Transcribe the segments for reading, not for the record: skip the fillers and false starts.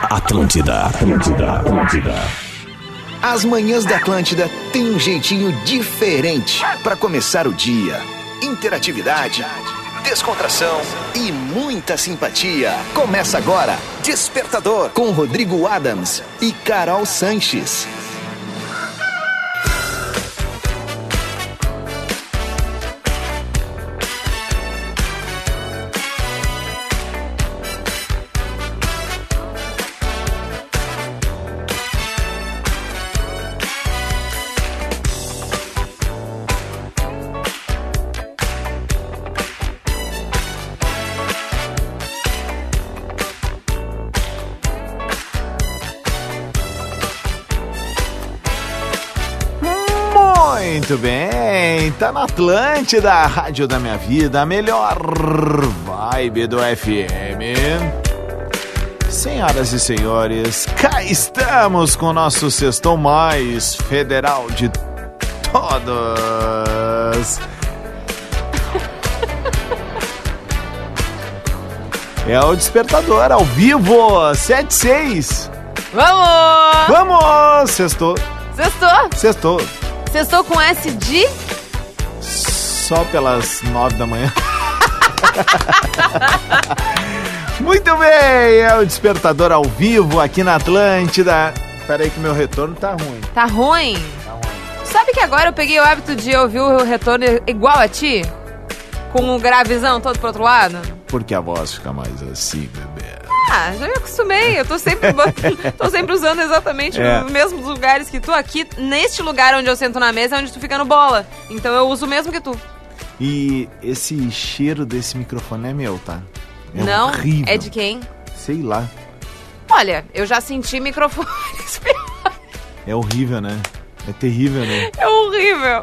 Atlântida. As manhãs da Atlântida têm um jeitinho diferente para começar o dia. Interatividade, descontração e muita simpatia. Começa agora Despertador com Rodrigo Adams e Carol Sanches. Muito bem, tá na Atlântida, a rádio da minha vida, a melhor vibe do FM. Senhoras e senhores, cá estamos com o nosso sextou mais federal de todos. É o Despertador, ao vivo, 7-6. Vamos! Vamos! Sextou. Sextou com S de... Só pelas 9 da manhã. Muito bem, é o Despertador ao vivo aqui na Atlântida. Peraí que meu retorno tá ruim. Tá ruim? Sabe que agora eu peguei o hábito de ouvir o retorno igual a ti? Com o gravizão todo pro outro lado? Porque a voz fica mais assim, bebê. Ah, já me acostumei, eu tô sempre usando exatamente os mesmos lugares que tu. Aqui, neste lugar onde eu sento na mesa, é onde tu fica no bola. Então eu uso o mesmo que tu. E esse cheiro desse microfone é meu, tá? É não, horrível. É de quem? Sei lá. Olha, eu já senti microfones. É horrível, né? É terrível, né? É horrível.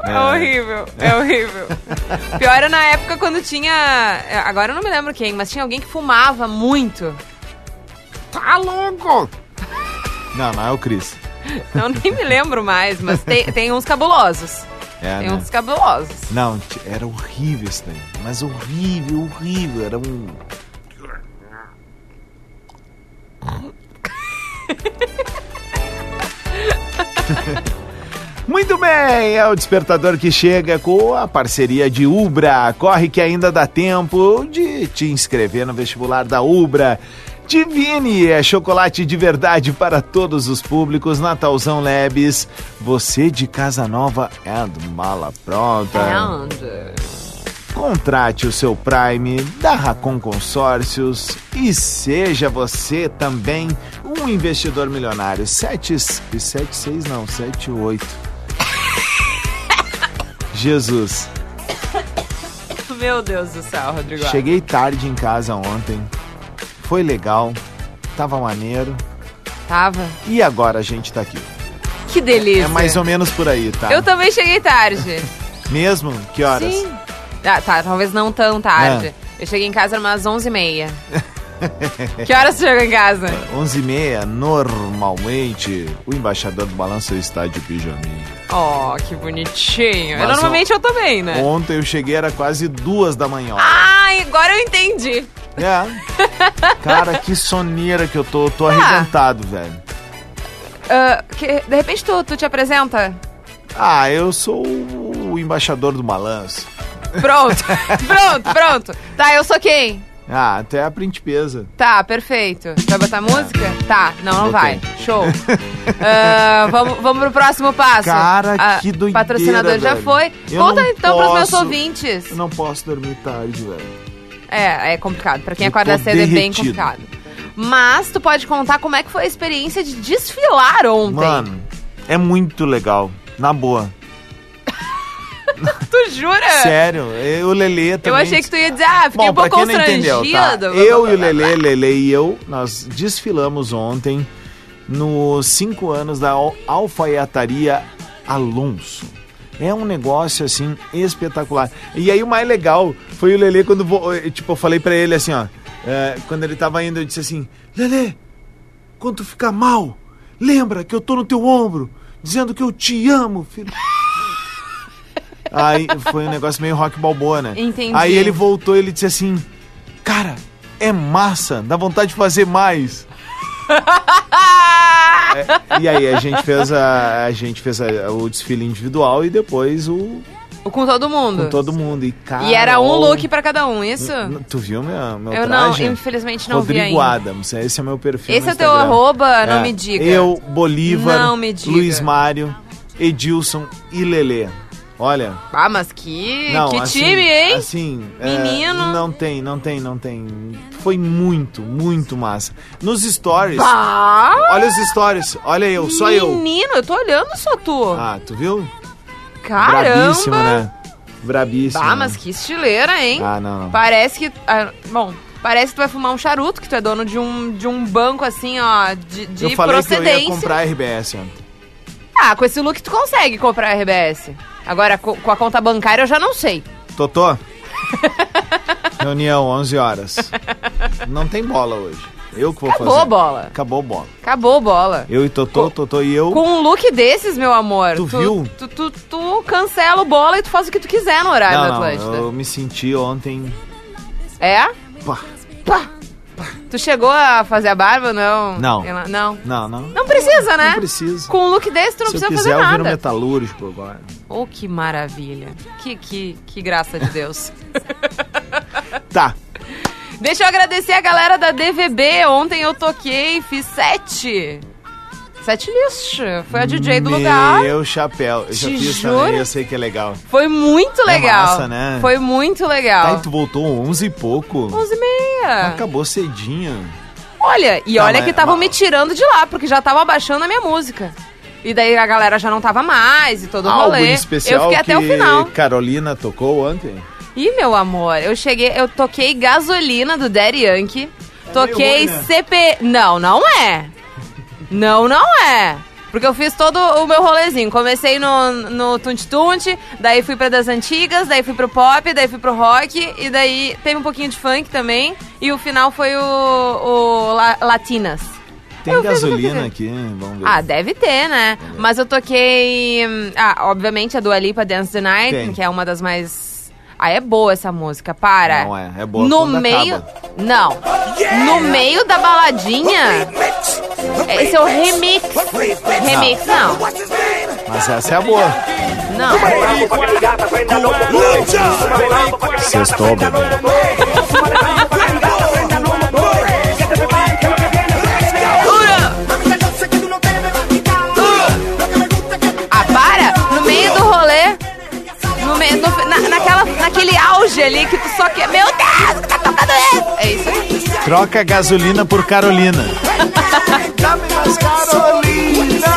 Pior era na época quando tinha... Agora eu não me lembro quem, mas tinha alguém que fumava muito. Tá louco! Não é o Cris. Eu nem me lembro mais, mas tem uns cabulosos. Tem uns cabulosos. Não, era horrível isso daí. Mas horrível. Era um... Muito bem, é o Despertador que chega com a parceria de Ubra. Corre que ainda dá tempo de te inscrever no vestibular da Ubra. Divine é chocolate de verdade para todos os públicos. Natalzão Labs, você de casa nova é de mala pronta. Contrate o seu Prime da Racon Consórcios e seja você também um investidor milionário. 7-8. Jesus. Meu Deus do céu, Rodrigo. Cheguei tarde em casa ontem. Foi legal. Tava maneiro. Tava. E agora a gente tá aqui. Que delícia. É mais ou menos por aí, tá? Eu também cheguei tarde. Mesmo? Que horas? Sim. Tá, talvez não tão tarde. Eu cheguei em casa umas 11h30. Que horas você chegou em casa? 11h30, normalmente, o embaixador do Balanço está de pijaminha. Oh, que bonitinho. Normalmente eu também, né? Ontem eu cheguei, era quase 2 da manhã. Ai, agora eu entendi. Cara, que soneira que eu tô. Tô arrebentado, velho. De repente tu te apresenta? Eu sou o embaixador do balanço. Pronto. Tá, eu sou quem? Até a principesa. Tá, perfeito. Vai botar música? Tá, não vai. Show. Vamos pro próximo passo. Cara, que doideira, patrocinador velho. Já foi. Conta então pros meus ouvintes. Eu não posso dormir tarde, velho. É complicado. Pra quem acorda cedo é bem complicado. Mas tu pode contar como é que foi a experiência de desfilar ontem. Mano, é muito legal. Na boa. Tu jura? Sério, o Lelê também. Eu achei que tu ia dizer, fiquei um pouco constrangido. Entendeu, tá? Eu e o Lelê e eu, nós desfilamos ontem nos 5 anos da Alfaiataria Alonso. É um negócio, assim, espetacular. E aí o mais legal foi o Lelê quando, tipo, eu falei pra ele assim, ó. Quando ele tava indo, eu disse assim, Lelê, quando tu ficar mal, lembra que eu tô no teu ombro, dizendo que eu te amo, filho. Aí foi um negócio meio rock balboa, né? Entendi. Aí ele voltou e ele disse assim, cara, é massa, dá vontade de fazer mais. E aí a gente fez o desfile individual e depois com todo mundo. Com todo mundo. E, cara, e era um look pra cada um, isso? Tu viu meu eu traje? Não, infelizmente não Rodrigo vi ainda. Adams, esse é o meu perfil Esse no é o teu Instagram. arroba? Não me diga. Eu, Bolívar, não me diga. Luiz Mário, Edilson e Lelê. Olha. Ah, mas que time, hein? Assim, menino. Não tem. Foi muito, muito massa. Nos stories. Olha os stories. Olha só eu. Menino, eu tô olhando só tu. Ah, tu viu? Caramba. Brabíssimo, né? Brabíssimo. Mas que estileira, hein? Não. Parece que... parece que tu vai fumar um charuto, que tu é dono de um banco, assim, ó, de procedência. Eu falei que eu ia comprar RBS ontem. Com esse look tu consegue comprar RBS. Agora, com a conta bancária eu já não sei. Totô? Reunião, 11 horas. Não tem bola hoje. Eu que vou fazer. Acabou bola. Eu e Totô e eu. Com um look desses, meu amor. Tu viu? Tu cancela o bola e tu faz o que tu quiser no horário da Atlântida. Eu me senti ontem... É? Pá. Tu chegou a fazer a barba, não? Não. Não precisa, né? Não precisa. Com um look desse, tu não precisa fazer nada. Se eu quiser, eu viro metalúrgico agora. Oh, que maravilha. Que graça de Deus. Tá. Deixa eu agradecer a galera da DVB. Ontem eu toquei, fiz 7 list. Foi a DJ do lugar. Meu chapéu. Eu já fiz também, eu sei que é legal. Foi muito legal. Massa, né? Foi muito legal. Tá, e tu voltou 11 e pouco. 11h30. Acabou cedinho. Olha, que estavam me tirando de lá, porque já tava abaixando a minha música. E daí a galera já não tava mais e todo o rolê. Algo especial. Eu fiquei até o final. Carolina tocou ontem? Ih, meu amor, eu toquei Gasolina do Daddy Yankee. Toquei ruim, né? CP... Não é. Não é. Porque eu fiz todo o meu rolezinho. Comecei no Tunt-Tunt, daí fui pra das antigas, daí fui pro pop, daí fui pro rock, e daí teve um pouquinho de funk também, e o final foi o Latinas. Tem Gasolina aqui, vamos ver. Deve ter, né? Mas eu toquei... obviamente a Dua Lipa, Dance the Night, que é uma das mais... é boa essa música, para. Não é boa no meio. Acaba. Não. No meio da baladinha. Esse é o remix. Remix, não. Mas essa é a boa. Não. Sextou, bebê. Para! No meio do rolê. Naquele auge ali que tu só quer. Meu Deus, que tá tocando isso? É isso aí. Troca gasolina por Carolina. Dá-me mais Carolina.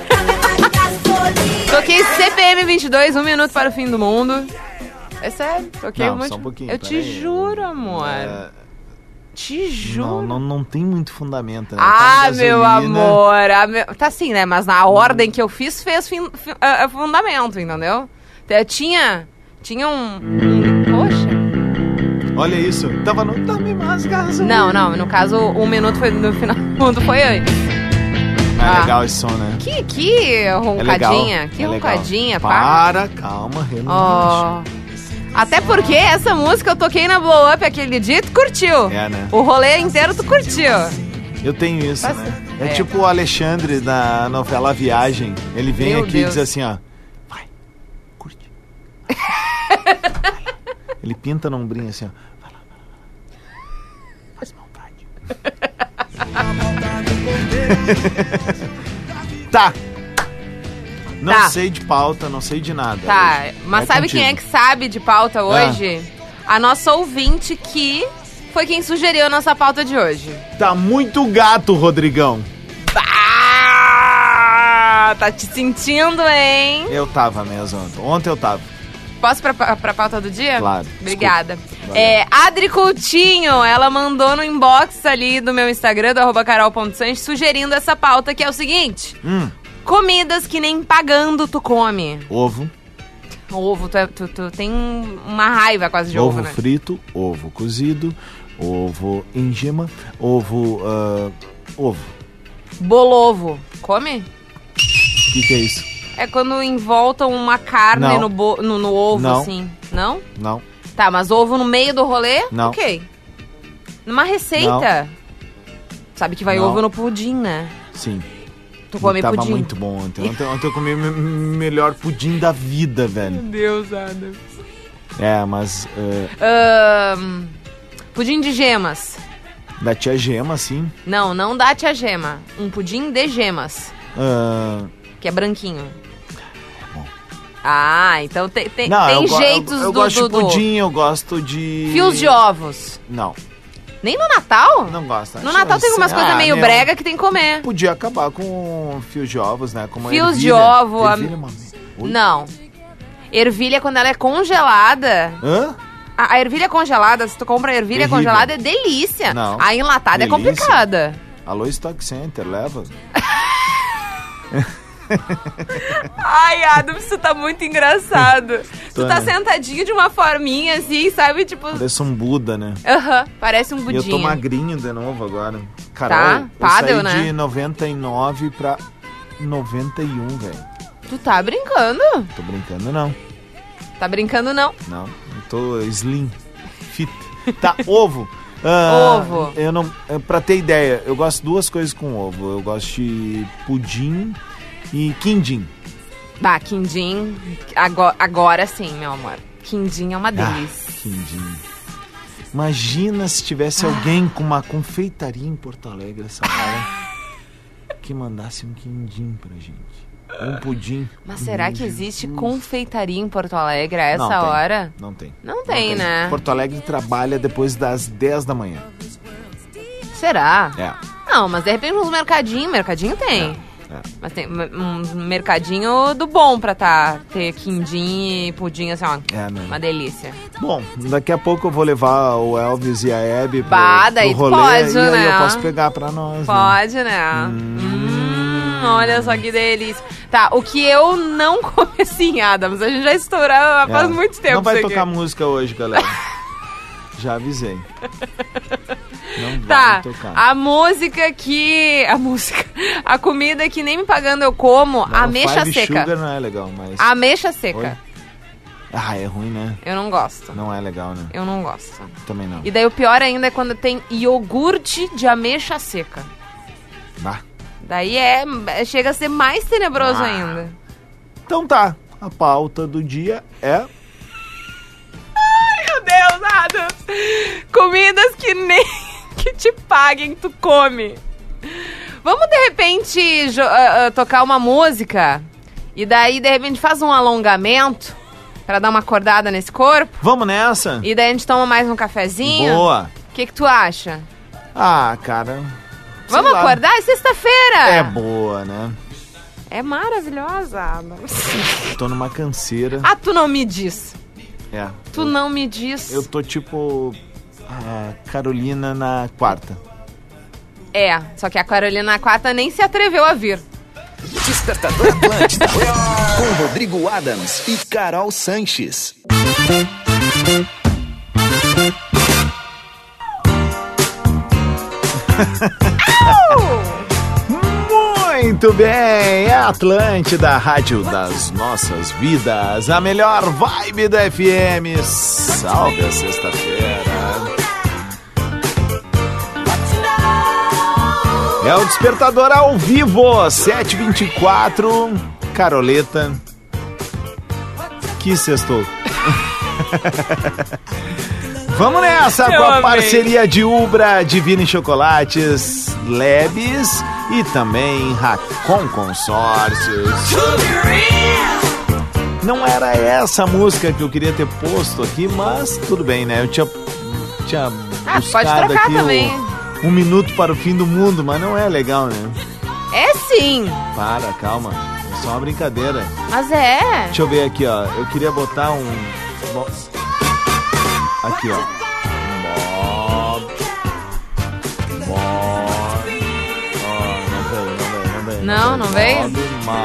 Toquei CPM 22, 1 minuto para o fim do mundo. É sério, toquei muito. Só um pouquinho. Eu te juro, amor. Te juro. Não tem muito fundamento, né? Meu amor. Tá assim, né? Mas na ordem que eu fiz, fez fundamento, entendeu? Tinha Poxa. Olha isso. Tava no Dá-me mais gasolina. Não. No caso, 1 minuto foi no final. O mundo foi antes. É legal esse som, né? Que roncadinha. Que roncadinha, pá. Calma, relaxa. Até porque essa música eu toquei na Blow Up aquele dia e tu curtiu. Né? O rolê inteiro tu curtiu. Eu tenho isso, né? É tipo o Alexandre da novela Viagem. Ele vem aqui e diz assim, ó. Vai, curte. Ele pinta no ombrinho assim, ó. Vai lá. Faz maldade. Tá. Não sei de pauta, não sei de nada. Tá, hoje. mas sabe quem é que sabe de pauta hoje? A nossa ouvinte, que foi quem sugeriu a nossa pauta de hoje. Tá muito gato, Rodrigão. Tá te sentindo, hein? Eu tava mesmo. Ontem eu tava. Posso pra pauta do dia? Claro. Obrigada. Adri Coutinho, ela mandou no inbox ali do meu Instagram, do @carol.sanches, sugerindo essa pauta, que é o seguinte. Comidas que nem pagando tu come. Ovo. Ovo, tu tem uma raiva quase de ovo, né? Ovo frito, ovo cozido, ovo em gema, ovo... ovo. Bolovo. Come? O que é isso? É quando envoltam uma carne no ovo, não. Assim. Não? Não. Tá, mas ovo no meio do rolê? Não. Ok. Numa receita? Não. Sabe que vai Não. ovo no pudim, né? Sim. Tu come Tava pudim. muito bom ontem. Ontem eu comi o melhor pudim da vida, velho. Deus, Adam. É, mas Pudim de gemas. da tia Gema, sim. Não da tia Gema. Um pudim de gemas. Que é branquinho. Ah, então tem jeitos eu do... gosto de pudim, eu gosto de... Fios de ovos. Não, Nem no Natal? não gosto. No Natal tem algumas coisas meio brega que tem que comer. Podia acabar com fios de ovos, né? Como a Fios de ervilha. ovo, Ervilha, mano. Oi? Não. Ervilha, quando ela é congelada... Hã? A ervilha congelada, se tu compra ervilha Terrível. congelada, é delícia. Não. A enlatada Delícia. é complicada. Alô, Stock Center, leva. Ai, Adams, tu tá muito engraçado. Tô, Tu tá né? sentadinho de uma forminha assim, sabe? Tipo... Parece um Buda, né? parece um E budinho. eu tô magrinho de novo agora. Carol, Tá, eu pádel, saí né? de 99 pra 91, velho. Tu tá brincando? Tô brincando, não. Tá brincando, não. Não, eu tô slim, fit. Tá, ovo. Ovo. Eu não, pra ter ideia, eu gosto de duas coisas com ovo. Eu gosto de pudim e quindim. Bah, quindim, agora sim, meu amor. Quindim é uma delícia. Quindim. Imagina se tivesse alguém com uma confeitaria em Porto Alegre essa hora que mandasse um quindim pra gente. Um pudim. Mas será que existe confeitaria em Porto Alegre a Não essa tem. hora? Não tem. Não tem, né? Porto Alegre trabalha depois das 10 da manhã. Será? É. Não, mas de repente uns mercadinho tem. É. Mas tem um mercadinho do bom pra ter quindim e pudim, assim, ó. É, né? Uma delícia. Bom, daqui a pouco eu vou levar o Elvis e a Hebe pro, Bah, daí pro tu rolê pode, e aí né? eu posso pegar pra nós. Né? Pode, né? Olha só que delícia. Tá, o que eu não comi assim, Adams, a gente já estourou faz muito tempo Não vai isso aqui. tocar música hoje, galera. Já avisei. Não Tá, vai tocar. a comida que nem me pagando eu como, Não, ameixa Five seca. Sugar não é legal, mas... Ameixa seca. Oi? Ah, é ruim, né? Eu não gosto. Não é legal, né? Eu não gosto. Também não. E daí o pior ainda é quando tem iogurte de ameixa seca. Bah. Daí chega a ser mais tenebroso ainda. Então tá, a pauta do dia é... Meu Deus, Adams! Comidas que nem que te paguem, tu come. Vamos, de repente, tocar uma música e daí, de repente, faz um alongamento pra dar uma acordada nesse corpo Vamos nessa? e daí a gente toma mais um cafezinho? Boa. O que tu acha? Ah, cara... sei Vamos lá. acordar? É sexta-feira! É boa, né? É maravilhosa, Adams. Tô numa canseira. Ah, tu não me diz. É. Tu não me diz. Eu tô tipo... a Carolina na quarta. É, só que a Carolina na quarta nem se atreveu a vir. Despertador Atlântida. Com Rodrigo Adams e Carol Sanches. Muito bem, é a Atlântida, a rádio das nossas vidas, a melhor vibe da FM. Salve a sexta-feira. É o Despertador ao vivo, 7h24, Caroleta. Que sextou. Vamos nessa Eu com a amei. parceria de Ubra, Divine Chocolates, Lebes e também Racon Consórcios. Não era essa a música que eu queria ter posto aqui, mas tudo bem, né? Eu tinha Ah, buscado pode trocar aqui também. um minuto para o fim do mundo, mas não é legal, né? É sim, Para, calma. É só uma brincadeira. mas é. Deixa eu ver aqui, ó. Eu queria botar um... Aqui, ó. Bob. Ó, não veio. Não veio? Bob,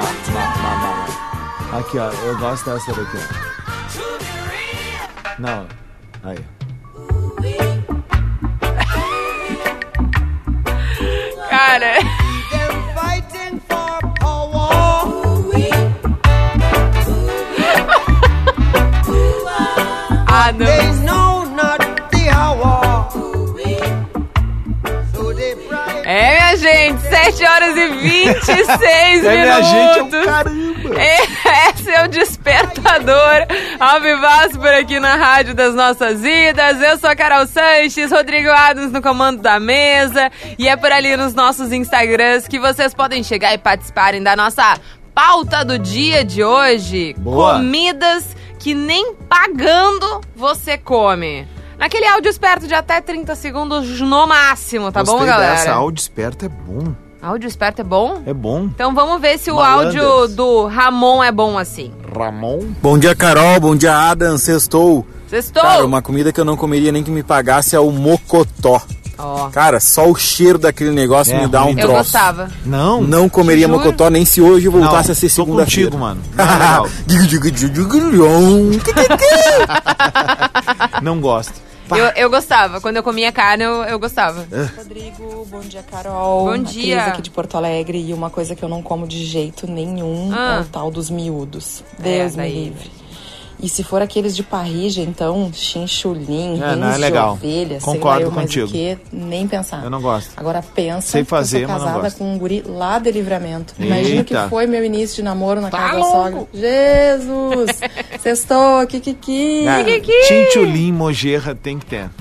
Aqui, ó. Eu gosto dessa daqui, ó. Não. Aí. Cara, Adams. They know not the hour, so they pray É, minha gente, 7 horas e 26 minutos. Minha gente, é um caramba. Esse é o Despertador, ao vivaço por aqui na Rádio das Nossas Vidas. Eu sou a Carol Sanches, Rodrigo Adams no comando da mesa. E é por ali nos nossos Instagrams que vocês podem chegar e participarem da nossa pauta do dia de hoje. Boa. Comidas que nem pagando você come. Naquele áudio esperto de até 30 segundos no máximo, tá Gostei bom, galera? Dessa. Áudio esperto é bom. Áudio esperto é bom? É bom. Então vamos ver se o Malandras. áudio do Ramon é bom assim. Ramon? Bom dia, Carol. Bom dia, Adam. Sextou. Sextou! Cara, uma comida que eu não comeria nem que me pagasse é o mocotó. Ó, Cara, só o cheiro daquele negócio É me dá ruim. um eu troço. gostava. Não. Não comeria Juro? mocotó nem se hoje voltasse a ser tô segunda-feira. contigo, mano. Não é legal. Não gosto. Eu gostava. Quando eu comia carne, eu gostava. Rodrigo, bom dia, Carol. Bom A dia. Cris aqui de Porto Alegre. E uma coisa que eu não como de jeito nenhum é o tal dos miúdos. Deus me daí. livre. E se for aqueles de parrija, então, chinchulim, É, não é rins de legal. ovelha, Concordo sei lá eu mais contigo. o que, nem pensar. Eu não gosto. Agora pensa Sei fazer, que eu mas sou não casada gosto. com um guri lá de Livramento. Imagina o que Eita. foi meu início de namoro na casa da louco. sogra. Jesus! Sextou, kikiki! Chinchulim, mojerra tem que ter.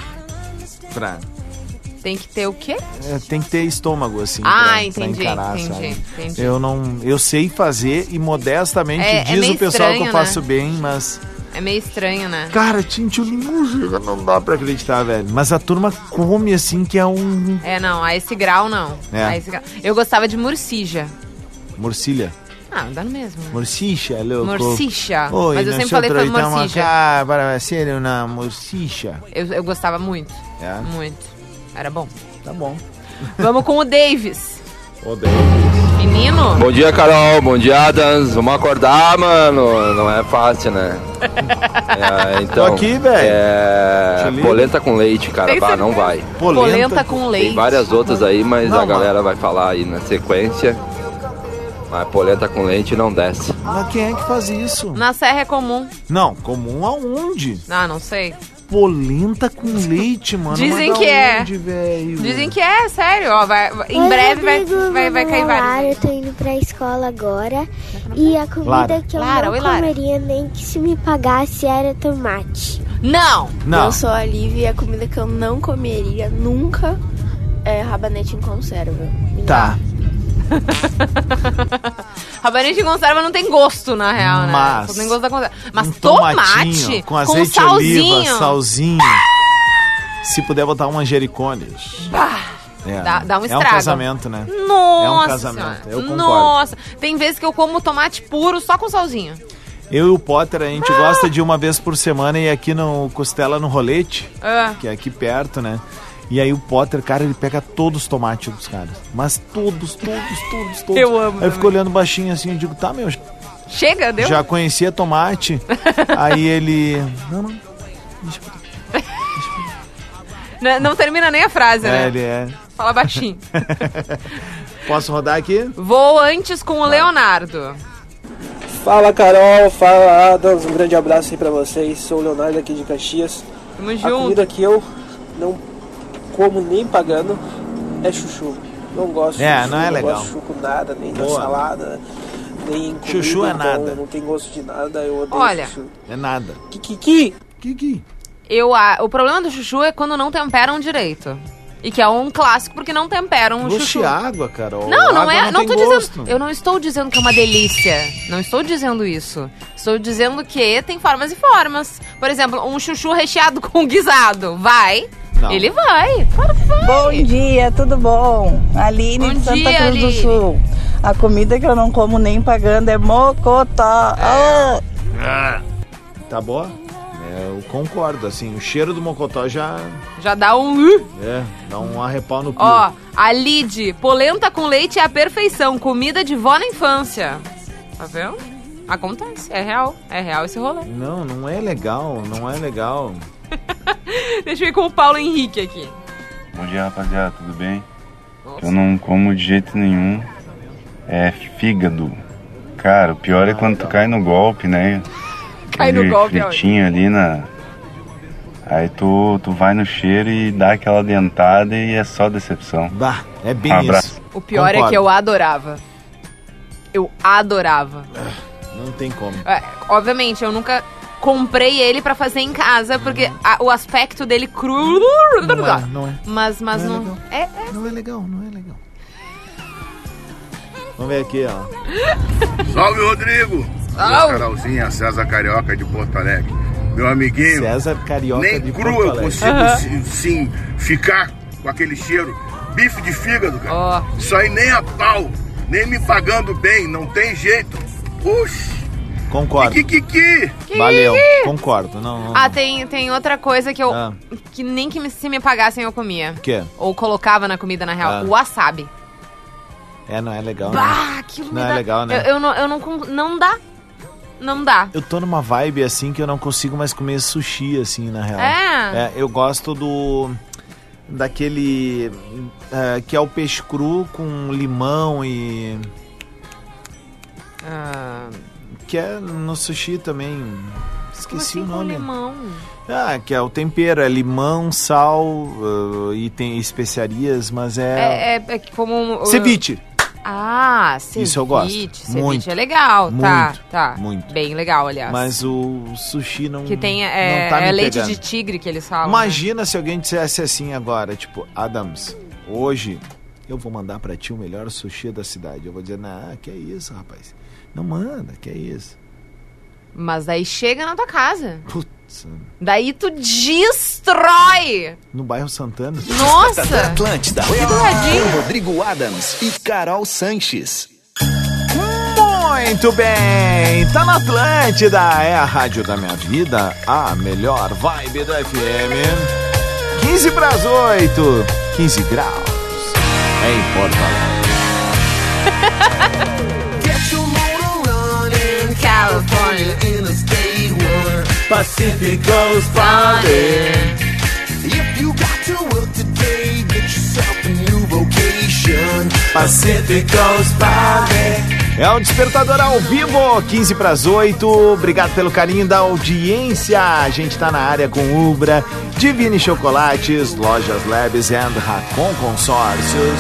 Tem que ter o quê? Tem que ter estômago, assim. Entendi, encarar, entendi, sabe? entendi. Eu sei fazer e modestamente É diz meio o pessoal que eu estranho, faço né? bem, mas... É meio estranho, né? Cara, chinchulim, mojerra, não dá pra acreditar, velho. Mas a turma come assim que é um... É, não, a esse grau não. É. A esse grau. Eu gostava de murcija. Morcilha. Ah, dá no mesmo. Morcicha, louco. Morcicha. Oi, Mas eu sempre falei que foi morcija. Para ser uma morcicha. Eu gostava muito. É? Muito. Era bom. Tá bom. Vamos com o Davis. Odeio. Menino? Bom dia, Carol. Bom dia, Adams. Vamos acordar, mano. Não é fácil, né? Então, Tô aqui, velho. Te ligo. Polenta com leite, cara. Tem Bah, não vai. Polenta com leite. Tem várias outras aí, mas Não, a galera vai falar aí na sequência. Mas polenta com leite não desce. Mas quem é que faz isso? Na Serra é comum. Não, comum aonde? Ah, não sei. Polenta com leite, mano. Dizem Mas que da é. onde, velho? Dizem que é, sério. Ó, em breve vai cair vários. Eu tô indo pra escola agora e a comida Lara. que eu Lara, não oi, Lara. comeria nem que se me pagasse era tomate. Não! Não. Eu sou a Lívia e a comida que eu não comeria nunca é rabanete em conserva. Tá. Rabanete em conserva não tem gosto, na real, né? Mas Só tem gosto da conserva. Mas um tomate tomatinho com azeite de salzinho. oliva, salzinho. Se puder botar um manjericone. Bah, É, dá um É estrago. um casamento, né? Nossa É um casamento, Senhora. eu concordo. Nossa, tem vezes que eu como tomate puro só com salzinho. Eu e o Potter, a gente gosta de uma vez por semana ir aqui no Costela no Rolete, Ah. que é aqui perto, né? E aí o Potter, cara, ele pega todos os tomates dos caras. Mas todos. Eu amo Aí eu fico olhando baixinho assim, eu digo, tá, meu, Chega, deu? já conhecia tomate. Aí ele... Não, deixa eu... Não termina nem a frase, né? ele é... Fala baixinho. Posso rodar aqui? Vou antes com o Leonardo. Fala, Carol, fala, Adams, um grande abraço aí pra vocês. Sou o Leonardo aqui de Caxias. Tamo A junto. comida que eu não como nem pagando é chuchu. Não gosto de chuchu, não é legal. gosto de chuchu com nada, nem na Boa. salada, nem em comida, Chuchu é então nada. não tem gosto de nada, eu odeio Olha. chuchu. É nada. Kikiki! O problema do chuchu é quando não temperam direito. E que é um clássico porque não temperam o Gosto chuchu. de água, Carol. Não Água é. Não tem tô gosto. dizendo. Eu não estou dizendo que é uma delícia. Não estou dizendo isso. Estou dizendo que tem formas e formas. Por exemplo, um chuchu recheado com guisado. Vai. Não. Ele vai. Claro que vai. Bom dia, tudo bom? Aline Bom de Santa dia, Cruz Aline. do Sul. A comida que eu não como nem pagando é mocotó. Tá boa? Eu concordo, assim, o cheiro do mocotó já Já dá um... dá um arrepau no pio. Ó, a Lid, polenta com leite é a perfeição. Comida de vó na infância. Tá vendo? Acontece, é real esse rolê. Não é legal. Deixa eu ir com o Paulo Henrique aqui. Bom dia, rapaziada, tudo bem? Eu não como de jeito nenhum. É fígado. Cara, o pior é quando tu cai no golpe, né? Cai no golpe, fritinho ali Aí tu vai no cheiro e dá aquela dentada e é só decepção. Bah, é bem abraço. isso. O pior é que eu adorava. Eu adorava. Não tem como. Obviamente, eu nunca comprei ele pra fazer em casa, porque o aspecto dele cru... Não é. Mas não... Não é legal. Vamos ver aqui, ó. Salve, Rodrigo! Salve! Carolzinha, César Carioca de Porto Alegre. Meu amiguinho. César Carioca nem de cru Porto eu Alegre. consigo sim ficar com aquele cheiro. Bife de fígado, cara. Isso aí nem a pau. Nem me pagando bem, não tem jeito. Puxa. Concordo. Valeu, concordo. Não. Tem outra coisa que eu... Que nem que se me pagassem eu comia. O quê? Ou colocava na comida, na real. O wasabi. Não é legal, bah, aquilo não é legal, né? Não dá. Não dá. Eu tô numa vibe assim que eu não consigo mais comer sushi, assim, na real. Eu gosto daquele que é o peixe cru com limão e... Que é no sushi também. Esqueci o nome. Com limão? Que é o tempero, é limão, sal e tem especiarias, mas é como... Ceviche. Ceviche. Isso eu gosto. Ceviche muito, é legal, tá. Muito. Bem legal, aliás. Mas o sushi não... Que tem, não tá me leite pegando. de tigre que eles falam. Imagina se alguém dissesse assim agora, tipo, Adams, hoje eu vou mandar pra ti o melhor sushi da cidade. Eu vou dizer, que é isso, rapaz. Não manda, que é isso. Mas daí chega na tua casa. Putz. Daí tu destrói. No bairro Santana. Nossa. Atlântida. Com Rodrigo Adams e Carol Sanches. Muito bem. Tá na Atlântida. É a rádio da minha vida. A melhor vibe do FM. 15 para as 8. 15 graus. Em Porto Alegre. California. Pacific Coast Party. If you got to work today, get yourself a new vocation. Pacific Coast Party. É o Despertador ao vivo, 15 para as 8. Obrigado pelo carinho da audiência. A gente tá na área com Ubra, Divine Chocolates, Lojas Labs e Racon Consórcios.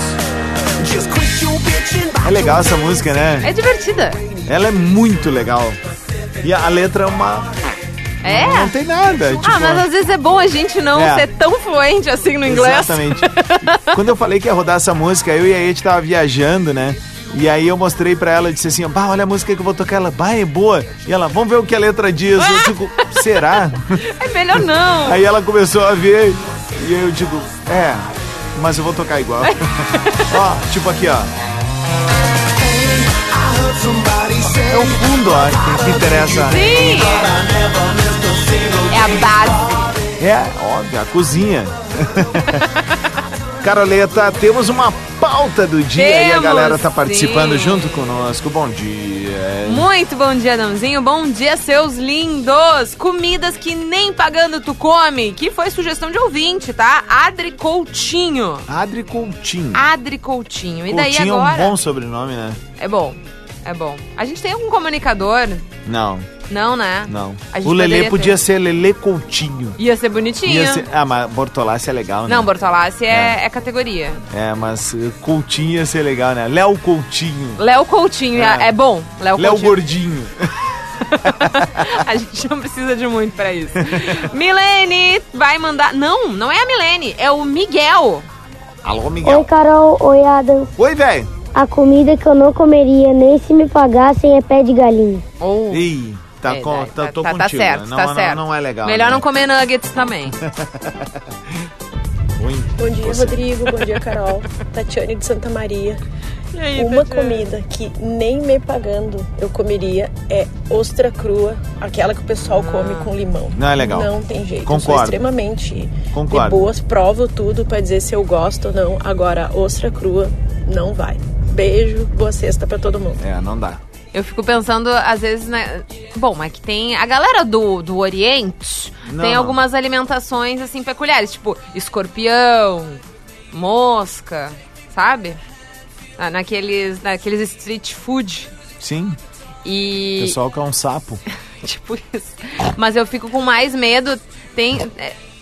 É legal essa música, né? É divertida. Ela é muito legal. E a letra é uma... Não tem nada. Tipo... mas às vezes é bom a gente não ser tão fluente assim no inglês. Exatamente. Quando eu falei que ia rodar essa música, eu e a Ed tava viajando, né? E aí eu mostrei pra ela e disse assim, olha a música que eu vou tocar. Ela, é boa. E ela, vamos ver o que a letra diz. Eu digo, será? É melhor não. Aí ela começou a ver e eu digo, mas eu vou tocar igual. Tipo aqui, ó. É o fundo, ó, que interessa. Sim! É a base. É, óbvio, a cozinha. Caroleta, temos uma pauta do dia e a galera tá participando junto conosco. Bom dia. Muito bom dia, Adãozinho. Bom dia, seus lindos. Comidas que nem pagando tu come. Que foi sugestão de ouvinte, tá? Adri Coutinho. Adri Coutinho. E daí Coutinho agora... é um bom sobrenome, né? É bom. A gente tem algum comunicador? Não. Não, né? Não. O Lelê podia ser Lelê Coutinho. Ia ser bonitinho. Mas Bortolassi é legal, né? Não, Bortolassi é categoria. Mas Coutinho ia ser legal, né? Léo Coutinho. Léo Coutinho, é bom. Léo Gordinho. A gente não precisa de muito pra isso. Milene vai mandar... Não é a Milene, é o Miguel. Alô, Miguel. Oi, Carol. Oi, Adam. Oi, velho. A comida que eu não comeria nem se me pagassem é pé de galinha. Ih, tô contigo. Tá certo, certo. Não é legal. Melhor né? não comer nuggets também. Bom dia, Rodrigo. Bom dia, Carol. Tatiane de Santa Maria. E aí, uma comida que nem me pagando eu comeria é ostra crua, aquela que o pessoal come com limão. Não é legal. Não tem jeito. Concordo. Eu sou extremamente de boas, provo tudo pra dizer se eu gosto ou não. Agora, ostra crua não vai. Beijo, boa sexta pra todo mundo. Não dá. Eu fico pensando, às vezes, né? Bom, mas que tem... A galera do Oriente tem algumas alimentações, assim, peculiares. Tipo, escorpião, mosca, sabe? Naqueles street food. Sim. E... O pessoal quer um sapo. Tipo isso. Mas eu fico com mais medo.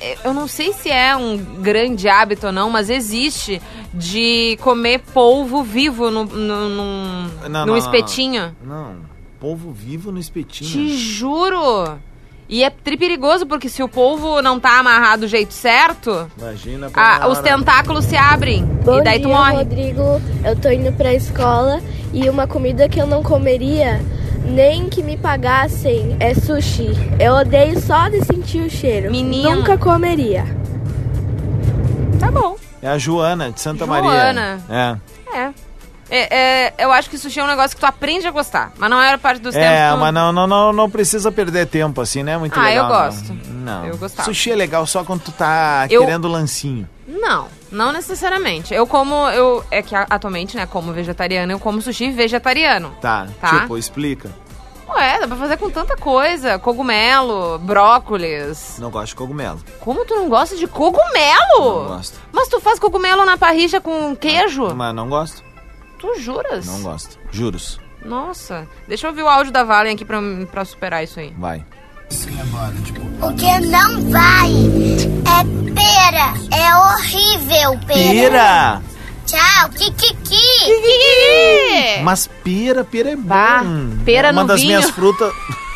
eu não sei se é um grande hábito ou não, mas existe de comer polvo vivo no espetinho. Não, polvo vivo no espetinho. Te juro! E é triperigoso, porque se o polvo não tá amarrado do jeito certo, imagina os tentáculos se abrem. Bom e daí dia, tu morre. Rodrigo. Eu tô indo pra escola e uma comida que eu não comeria nem que me pagassem é sushi. Eu odeio só de sentir o cheiro. Menina. Nunca comeria. Tá bom. É a Joana, de Santa Joana. Maria. Eu acho que sushi é um negócio que tu aprende a gostar, mas não era parte dos tempos. Mas não precisa perder tempo assim, né? Muito legal. Eu gosto. Não. Eu gostava. Sushi é legal só quando tu tá querendo lancinho. Não necessariamente. É que atualmente, né, como vegetariana, eu como sushi vegetariano. Tá? Tipo, explica. Dá pra fazer com tanta coisa. Cogumelo, brócolis. Não gosto de cogumelo. Como tu não gosta de cogumelo? Não gosto. Mas tu faz cogumelo na parrilla com queijo? Mas não gosto. Tu juras? Não gosto. Juros. Nossa. Deixa eu ouvir o áudio da Valen aqui pra superar isso aí. Vai. O que não vai é pera. É horrível, pera. Pera? Tchau, kikiki. Mas pera é bom. Pera é uma no das vinho. minhas frutas.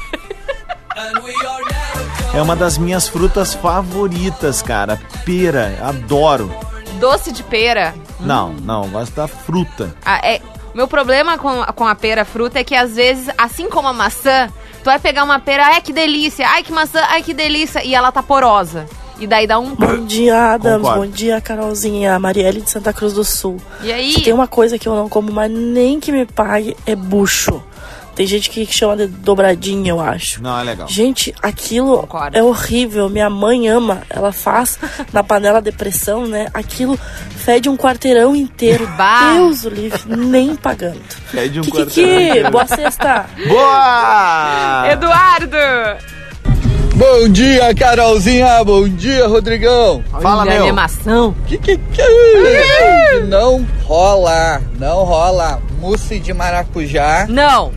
É uma das minhas frutas favoritas, cara. Pera, adoro. Doce de pera. Não, eu gosto da fruta. Meu problema com a pera fruta é que às vezes, assim como a maçã, tu vai pegar uma pera, ai que delícia, ai que maçã, ai que delícia, e ela tá porosa. E daí dá um... Bom dia, Adams. Concordo. Bom dia, Carolzinha. Marielle de Santa Cruz do Sul. E aí? Se tem uma coisa que eu não como, mas nem que me pague, é bucho. Tem gente que chama de dobradinha, eu acho. Não, é legal. Gente, aquilo Concordo. é horrível. Minha mãe ama. Ela faz na panela de pressão, né? Aquilo fede um quarteirão inteiro. Deus o livre, nem pagando. Fede um quarteirão quarteirão inteiro. Boa sexta. Boa! Eduardo! Bom dia, Carolzinha. Bom dia, Rodrigão. Fala, meu. Animação. Que é isso? Não rola. Mousse de maracujá. Não.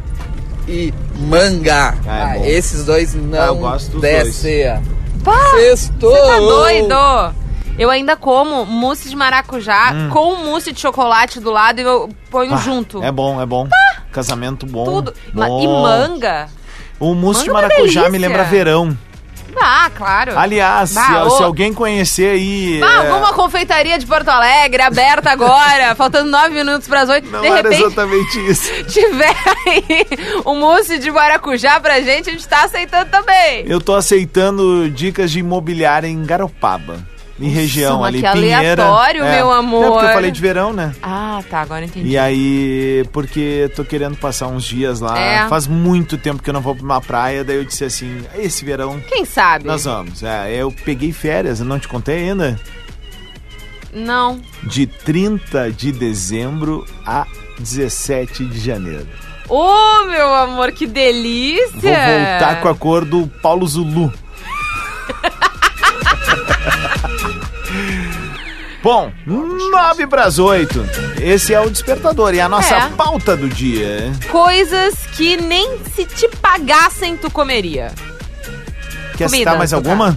E manga. Bom. Esses dois não descem. Sextou. Você tá doido? Eu ainda como mousse de maracujá com mousse de chocolate do lado e eu ponho junto. É bom. Casamento bom. Tudo. Bom. E manga. O mousse de Manga é uma maracujá me delícia. lembra verão. Claro. Aliás, se alguém conhecer aí... Alguma confeitaria de Porto Alegre, aberta agora, faltando 9 minutos para as 8. Não de era repente, exatamente isso. tiver aí um mousse de maracujá pra gente, a gente tá aceitando também. Eu tô aceitando dicas de imobiliária em Garopaba. Em região ali, que Pinheira. aleatório, meu amor. É porque eu falei de verão, né? Tá, agora entendi. E aí, porque tô querendo passar uns dias lá. Faz muito tempo que eu não vou pra uma praia, daí eu disse assim, esse verão... Quem sabe? Nós vamos. Eu peguei férias, eu não te contei ainda? Não. De 30 de dezembro a 17 de janeiro. Meu amor, que delícia! Vou voltar com a cor do Paulo Zulu. Bom, 9 para as 8. Esse é o Despertador e a nossa pauta do dia. Coisas que nem se te pagassem tu comeria. Quer citar mais alguma?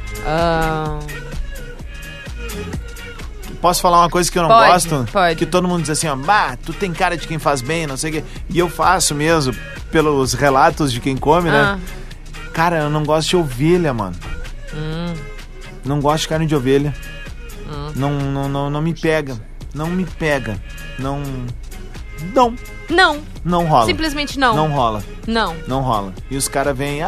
Posso falar uma coisa que eu não gosto? Pode. Que todo mundo diz assim, tu tem cara de quem faz bem, não sei o quê. E eu faço mesmo, pelos relatos de quem come, né? Cara, eu não gosto de ovelha, mano. Não gosto de carne de ovelha. Não me pega. Não me pega. Não rola. Simplesmente não. Não rola. Não rola. E os caras vêm,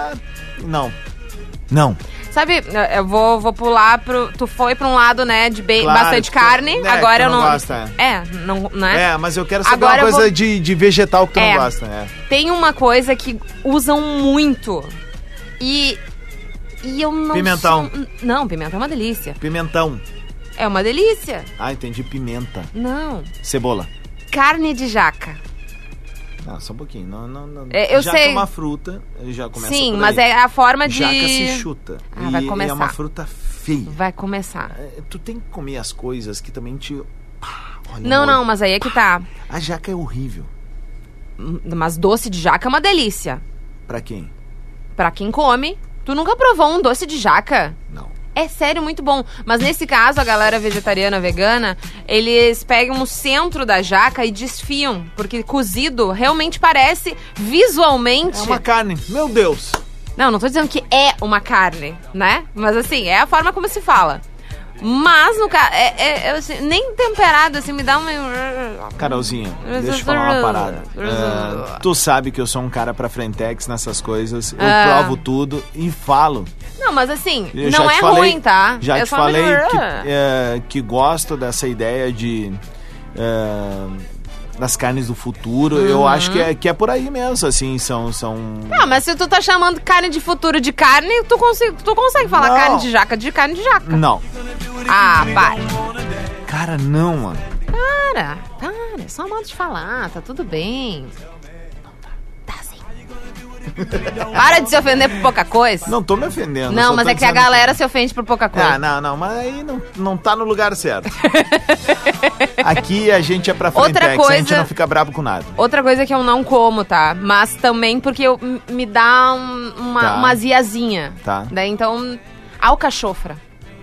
não. Sabe, eu vou pular pro... Tu foi pra um lado, né, de Claro, bastante carne. Agora eu não... Gosta, não é? Mas eu quero saber agora uma coisa de vegetal que tu não gosta. Tem uma coisa que usam muito. E eu não... Pimentão. Não, pimentão é uma delícia. Pimentão. É uma delícia. Entendi, pimenta. Não. Cebola. Carne de jaca. Só um pouquinho. Não. Eu jaca sei. É uma fruta, já começa por aí. Mas é a forma de... Jaca se chuta. Vai começar. É uma fruta feia. Vai começar. Tu tem que comer as coisas que também te... Não, mas aí é que tá. A jaca é horrível. Mas doce de jaca é uma delícia. Pra quem? Pra quem come. Tu nunca provou um doce de jaca? Não. É sério, muito bom. Mas nesse caso, a galera vegetariana, vegana, eles pegam o centro da jaca e desfiam. Porque cozido realmente parece, visualmente... É uma carne, meu Deus. Não tô dizendo que é uma carne, né? Mas assim, é a forma como se fala. Mas, no caso, assim, nem temperado, assim, me dá uma... Carolzinha, deixa eu te falar uma parada. Tu sabe que eu sou um cara pra frentex nessas coisas. Eu provo tudo e falo. Não, mas assim, não é ruim, tá? Já te falei que gosto dessa ideia de... das carnes do futuro, eu acho que é por aí mesmo, assim, são... Não, mas se tu tá chamando carne de futuro de carne, tu consegue falar carne de jaca de carne de jaca. Não. Ah, vai. Cara, não, mano. Cara, é só um modo de falar, tá tudo bem. Tá sim. Para de se ofender por pouca coisa. Não tô me ofendendo. Não, mas é que a galera se ofende por pouca coisa. Não, mas aí não tá no lugar certo. Aqui a gente é pra frentex, a gente não fica bravo com nada. Outra coisa que eu não como, tá? Mas também porque me dá uma aziazinha. Tá. Daí então, alcachofra.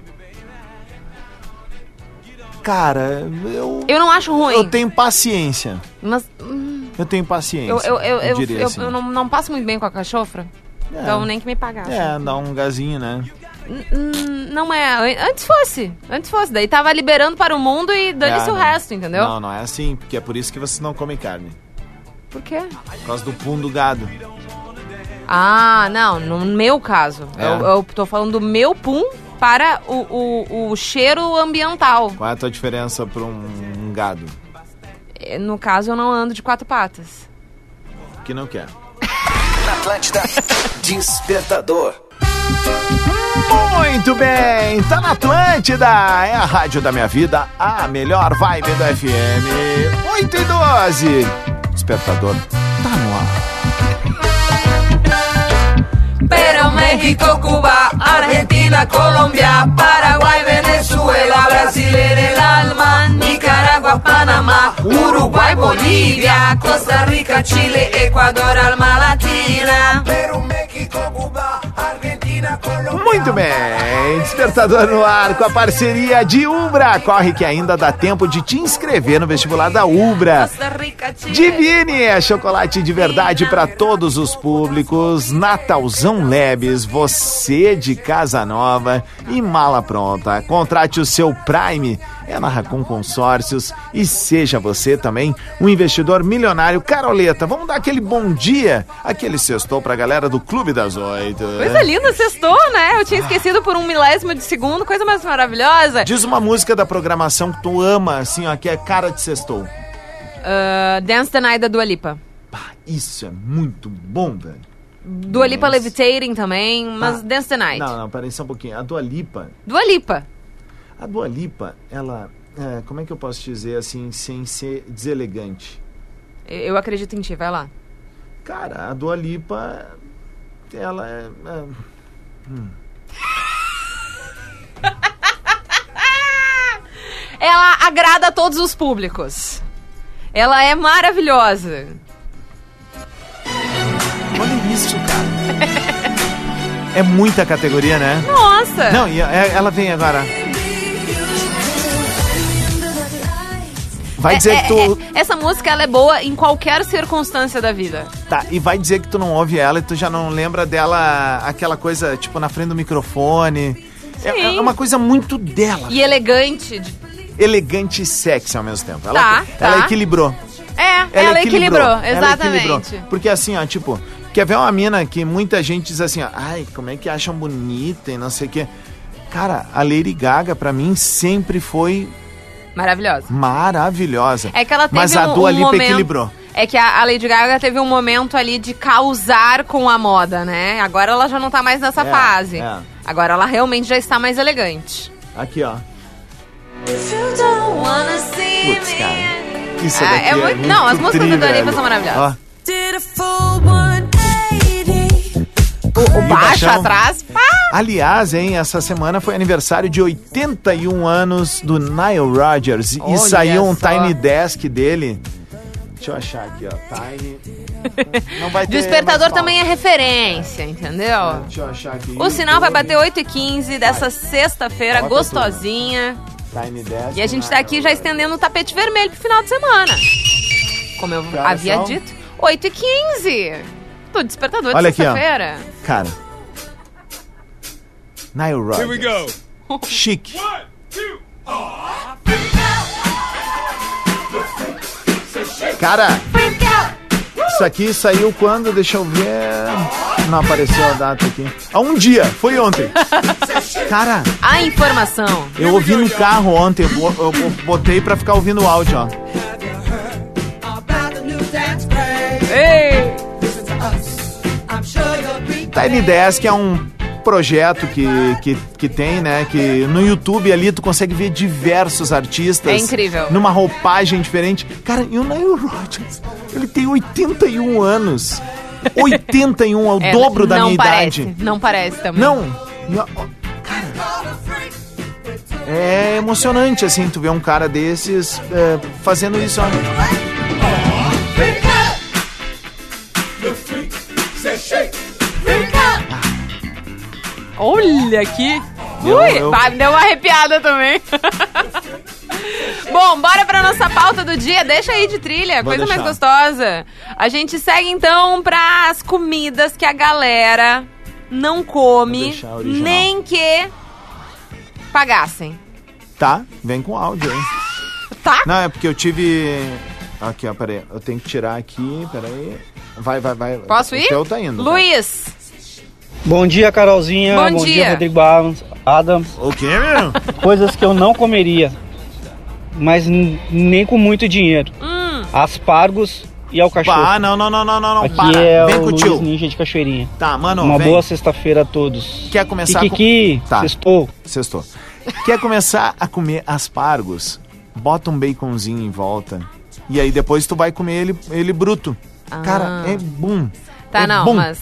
Cara, eu não acho ruim. Eu tenho paciência. Mas... Eu tenho paciência. Eu diria assim. Eu não passo muito bem com a cachofra. Então nem que me pagasse. Dá um gazinho, né? Não é. Antes fosse. Daí tava liberando para o mundo e dane-se o resto, entendeu? Não é assim. Porque é por isso que vocês não comem carne. Por quê? Por causa do pum do gado. Ah, não. No meu caso. Eu tô falando do meu pum para o cheiro ambiental. Qual é a tua diferença para um gado? No caso, eu não ando de 4 patas. Que não quer. Na Atlântida, Despertador. Muito bem, tá na Atlântida, é a rádio da minha vida, a melhor vibe do FM. 8:12. Despertador tá no ar. Pero México, Cuba, Argentina, Colombia, Paraguay, Venezuela, Brasil en el alma, Nicaragua, Panamá, Uruguay, Bolívia, Costa Rica, Chile, Equador, alma latina. Pero México, Cuba, Argentina, Colombia. Muito bem, Despertador no ar com a parceria de Ubra. Corre que ainda dá tempo de te inscrever no vestibular da Ubra. Divine é chocolate de verdade para todos os públicos. Natalzão Lebes, você de casa nova e mala pronta. Contrate o seu Prime, é na Racon Consórcios e seja você também um investidor milionário. Caroleta, vamos dar aquele bom dia, aquele sextou pra galera do Clube das 8. Coisa linda, sextou, né? Eu tinha esquecido por 1 milésimo de segundo, coisa mais maravilhosa. Diz uma música da programação que tu ama, assim, ó, que é cara de sextou. Dance the Night da Dua Lipa. Isso é muito bom, velho. Dua Lipa Levitating também, mas Dance the Night. Não, peraí só um pouquinho. A Dua Lipa... A Dua Lipa, ela... como é que eu posso dizer assim, sem ser deselegante? Eu acredito em ti, vai lá. Cara, a Dua Lipa, ela é... Ela agrada a todos os públicos. Ela é maravilhosa. Olha isso, cara. É muita categoria, né? Nossa! Não, e ela vem agora. Vai dizer que tu... Essa música, ela é boa em qualquer circunstância da vida. Tá, e vai dizer que tu não ouve ela e tu já não lembra dela, aquela coisa, tipo, na frente do microfone. É uma coisa muito dela. E elegante. Elegante e sexy ao mesmo tempo. Ela equilibrou. Ela equilibrou, exatamente. Ela equilibrou. Porque assim, ó, tipo, quer ver uma mina que muita gente diz assim, ó, ai, como é que acham bonita e não sei o quê. Cara, a Lady Gaga, pra mim, sempre foi... Maravilhosa. É que ela teve Mas a Dua Lipa equilibrou. É que a Lady Gaga teve um momento ali de causar com a moda, né? Agora ela já não tá mais nessa fase. Agora ela realmente já está mais elegante. Aqui, ó. If you don't wanna see Putz, cara. Isso daqui é muito Não, as músicas da Dua Lipa são maravilhosas. O baixo atrás. Aliás, essa semana foi aniversário de 81 anos do Nile Rodgers. E saiu um Tiny Desk dele Deixa eu achar aqui, ó. Time. Não vai ter. Despertador também é referência, entendeu? Deixa eu achar aqui. O sinal vai bater 8h15 dessa sexta-feira gostosinha. Time 10. E a gente tá aqui já estendendo o tapete vermelho pro final de semana. Como eu havia dito, 8h15 do despertador de sexta-feira. Cara. Nile Rodgers. Here we go. Chique. Cara, isso aqui saiu quando? Deixa eu ver. Não apareceu a data aqui. Há um dia, foi ontem. Cara, a informação. Eu ouvi no carro ontem, eu botei pra ficar ouvindo o áudio, ó. Ei! Tiny Desk, que é um projeto que tem, né, que no YouTube ali tu consegue ver diversos artistas. É incrível. Numa roupagem diferente. Cara, e o Nile Rodgers, ele tem 81 anos. 81 é o dobro da minha idade. Não parece também. Não. Cara, é emocionante, assim, tu ver um cara desses fazendo isso, ó. Olha aqui. Ui, deu uma arrepiada também. Bom, bora pra nossa pauta do dia. Deixa aí de trilha, coisa mais gostosa. A gente segue então pras comidas que a galera não come, nem que pagassem. Tá, vem com áudio aí. Tá? Não, é porque eu tive... Aqui, ó, peraí. Eu tenho que tirar aqui, peraí. Vai. Posso ir? O teu tá indo. Luiz. Tá. Bom dia, Carolzinha. Bom dia, Rodrigo Adams. O quê, meu? Coisas que eu não comeria, mas nem com muito dinheiro. Aspargos e alcachofra. Ah, não. Aqui para. É vem o com o Luiz Ninja de Cachoeirinha. Tá, mano, Uma boa sexta-feira a todos. Quer começar Sextou. Quer começar a comer aspargos? Bota um baconzinho em volta. E aí depois tu vai comer ele bruto. Cara, é bom. Tá, bom. Mas...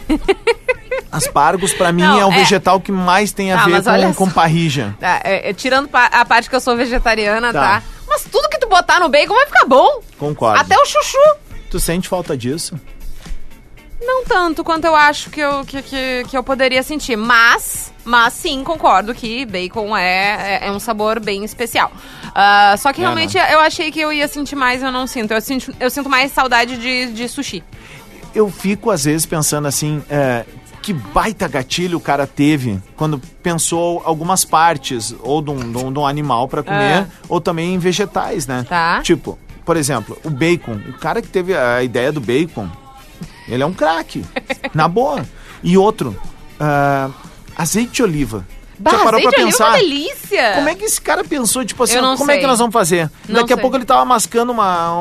Aspargos, pra mim, é o vegetal que mais tem a ver com parrija. Tirando a parte que eu sou vegetariana, tá? Mas tudo que tu botar no bacon vai ficar bom. Concordo. Até o chuchu. Tu sente falta disso? Não tanto quanto eu acho que eu poderia sentir. Mas sim, concordo que bacon é um sabor bem especial. Só que realmente eu achei que eu ia sentir mais, eu não sinto. Eu sinto mais saudade de sushi. Eu fico, às vezes, pensando assim... que baita gatilho o cara teve quando pensou algumas partes ou de um animal pra comer, ou também em vegetais, né? Tá. Tipo, por exemplo, o bacon. O cara que teve a ideia do bacon, ele é um craque. Na boa. E outro, azeite de oliva. Já parou pra pensar? É uma delícia. Como é que esse cara pensou, tipo assim, como é que nós vamos fazer? Daqui a pouco ele tava mascando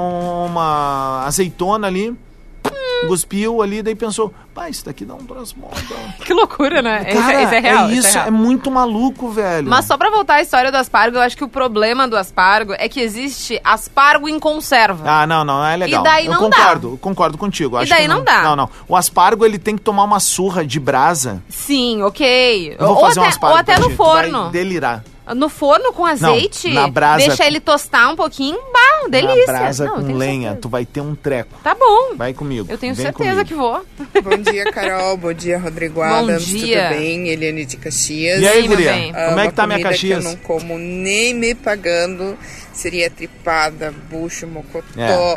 uma azeitona ali, cuspiu ali, daí pensou, isso daqui dá um troço bom. Que loucura, né? Cara, isso é real. É muito maluco, velho. Mas só pra voltar à história do aspargo, eu acho que o problema do aspargo é que existe aspargo em conserva. Não é legal. E daí eu não concordo contigo. E daí não dá. Não. O aspargo, ele tem que tomar uma surra de brasa. Sim, ok. Eu vou fazer um aspargo ou até no forno. Tu vai delirar. No forno com azeite? Não, na brasa. Deixa ele tostar um pouquinho, delícia. Na brasa com lenha, tu vai ter um treco. Tá bom. Vai comigo. Eu tenho certeza que vou. Bom dia, Carol. Bom dia, Rodrigo Adams. Tudo bem? Eliane de Caxias. E aí, guria? Como é que tá minha Caxias? Que eu não como nem me pagando seria tripada, bucho, mocotó,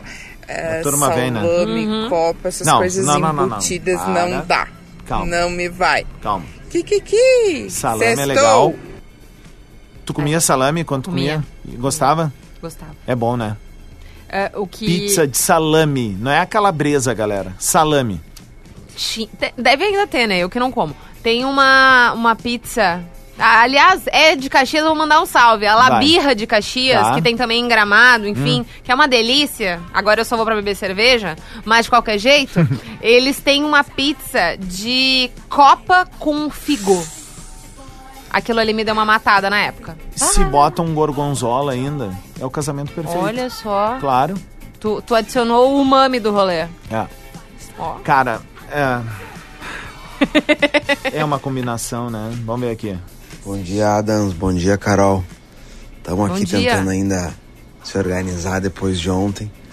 salame, copa, essas coisas embutidas não dá. Calma. Não me vai. Calma. Salame é legal. Tu comia salame quando tu comia? Gostava? Gostava. É bom, né? Pizza de salame. Não é a calabresa, galera. Salame. Deve ainda ter, né? Eu que não como. Tem uma pizza... aliás, é de Caxias, eu vou mandar um salve. A Labirra de Caxias, que tem também em Gramado, enfim, que é uma delícia. Agora eu só vou pra beber cerveja, mas de qualquer jeito, eles têm uma pizza de copa com figo. Aquilo ali me deu uma matada na época. Se bota um gorgonzola ainda, é o casamento perfeito. Olha só. Claro. Tu adicionou o umami do rolê. Cara, é uma combinação, né? Vamos ver aqui. Bom dia, Adams. Bom dia, Carol. Estamos aqui tentando ainda se organizar depois de ontem.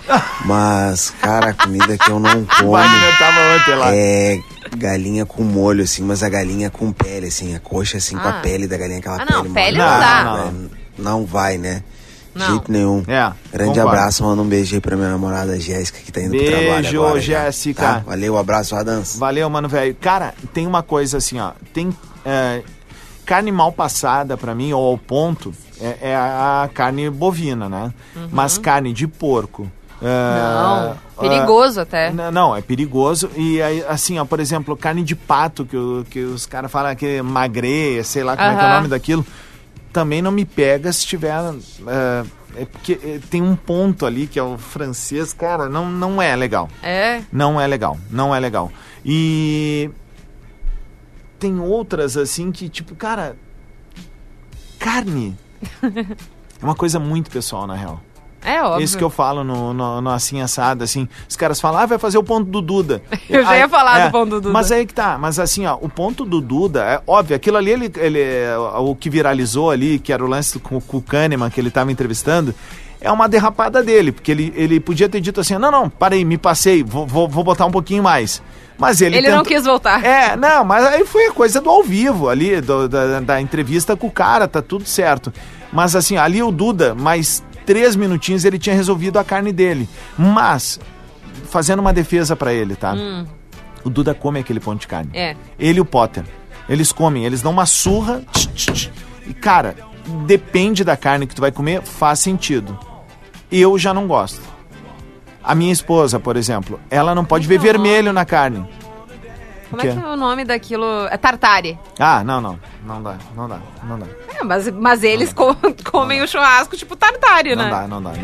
Mas, cara, a comida que eu não como é galinha com molho, assim, mas a galinha com pele, assim, a coxa, assim, com a pele da galinha, aquela pele. Não, pele não dá. Não vai, né? De jeito nenhum. concordo. Grande abraço, manda um beijo aí pra minha namorada Jéssica, que tá indo pro trabalho agora. Beijo, Jéssica. Tá? Valeu, abraço, Adams. Valeu, mano, velho. Cara, tem uma coisa assim, ó. Tem carne mal passada pra mim, ou ao ponto, é a carne bovina, né? Mas carne de porco... Não, perigoso até. Não, é perigoso. E aí, assim, ó, por exemplo, carne de pato, que os caras falam que magreia, sei lá como é que é o nome daquilo, também não me pega se tiver... é porque tem um ponto ali que é o francês, cara, não é legal. Não é legal. E tem outras, assim, que tipo, cara, carne é uma coisa muito pessoal, na real. É óbvio. Isso que eu falo no assim assado, assim, os caras falam, vai fazer o ponto do Duda. Eu já ia falar do ponto do Duda. Mas aí que tá, mas assim, ó, o ponto do Duda, é óbvio, aquilo ali, ele o que viralizou ali, que era o lance com o Kahneman, que ele tava entrevistando, é uma derrapada dele, porque ele podia ter dito assim, não, parei, me passei, vou botar um pouquinho mais. Mas ele não quis voltar. Mas aí foi a coisa do ao vivo ali, da entrevista com o cara, tá tudo certo. Mas assim, ali o Duda, mais 3 minutinhos ele tinha resolvido a carne dele. Mas, fazendo uma defesa pra ele, tá? O Duda come aquele ponto de carne. Ele e o Potter. Eles comem, eles dão uma surra. E, cara, depende da carne que tu vai comer, faz sentido. Eu já não gosto. A minha esposa, por exemplo, ela não pode ver vermelho na carne. Como é que é o nome daquilo? É tartare. Não dá. Mas eles comem o churrasco tipo tartare, né? Não dá.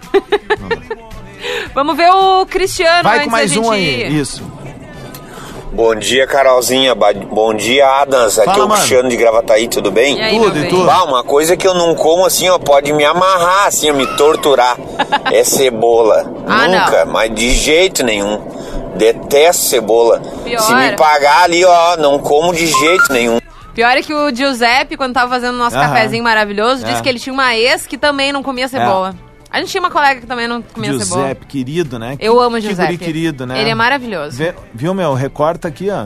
Vamos ver o Cristiano. Vai com mais um aí, isso. Bom dia, Carolzinha. Bom dia, Adams. Aqui é o Cristiano de Gravataí, tudo bem? E aí, tudo. Uma coisa que eu não como, assim, ó, pode me amarrar, assim, ó, me torturar. É cebola. Nunca, mas de jeito nenhum. Detesto cebola. Pior. Se me pagar ali, ó, não como de jeito nenhum. Pior é que o Giuseppe, quando tava fazendo o nosso cafezinho maravilhoso, disse que ele tinha uma ex que também não comia cebola. A gente tinha uma colega que também não comia cebola. Giuseppe, querido, né? Eu amo o Giuseppe. Que querido, né? Ele é maravilhoso. Viu, meu? Recorta aqui, ó.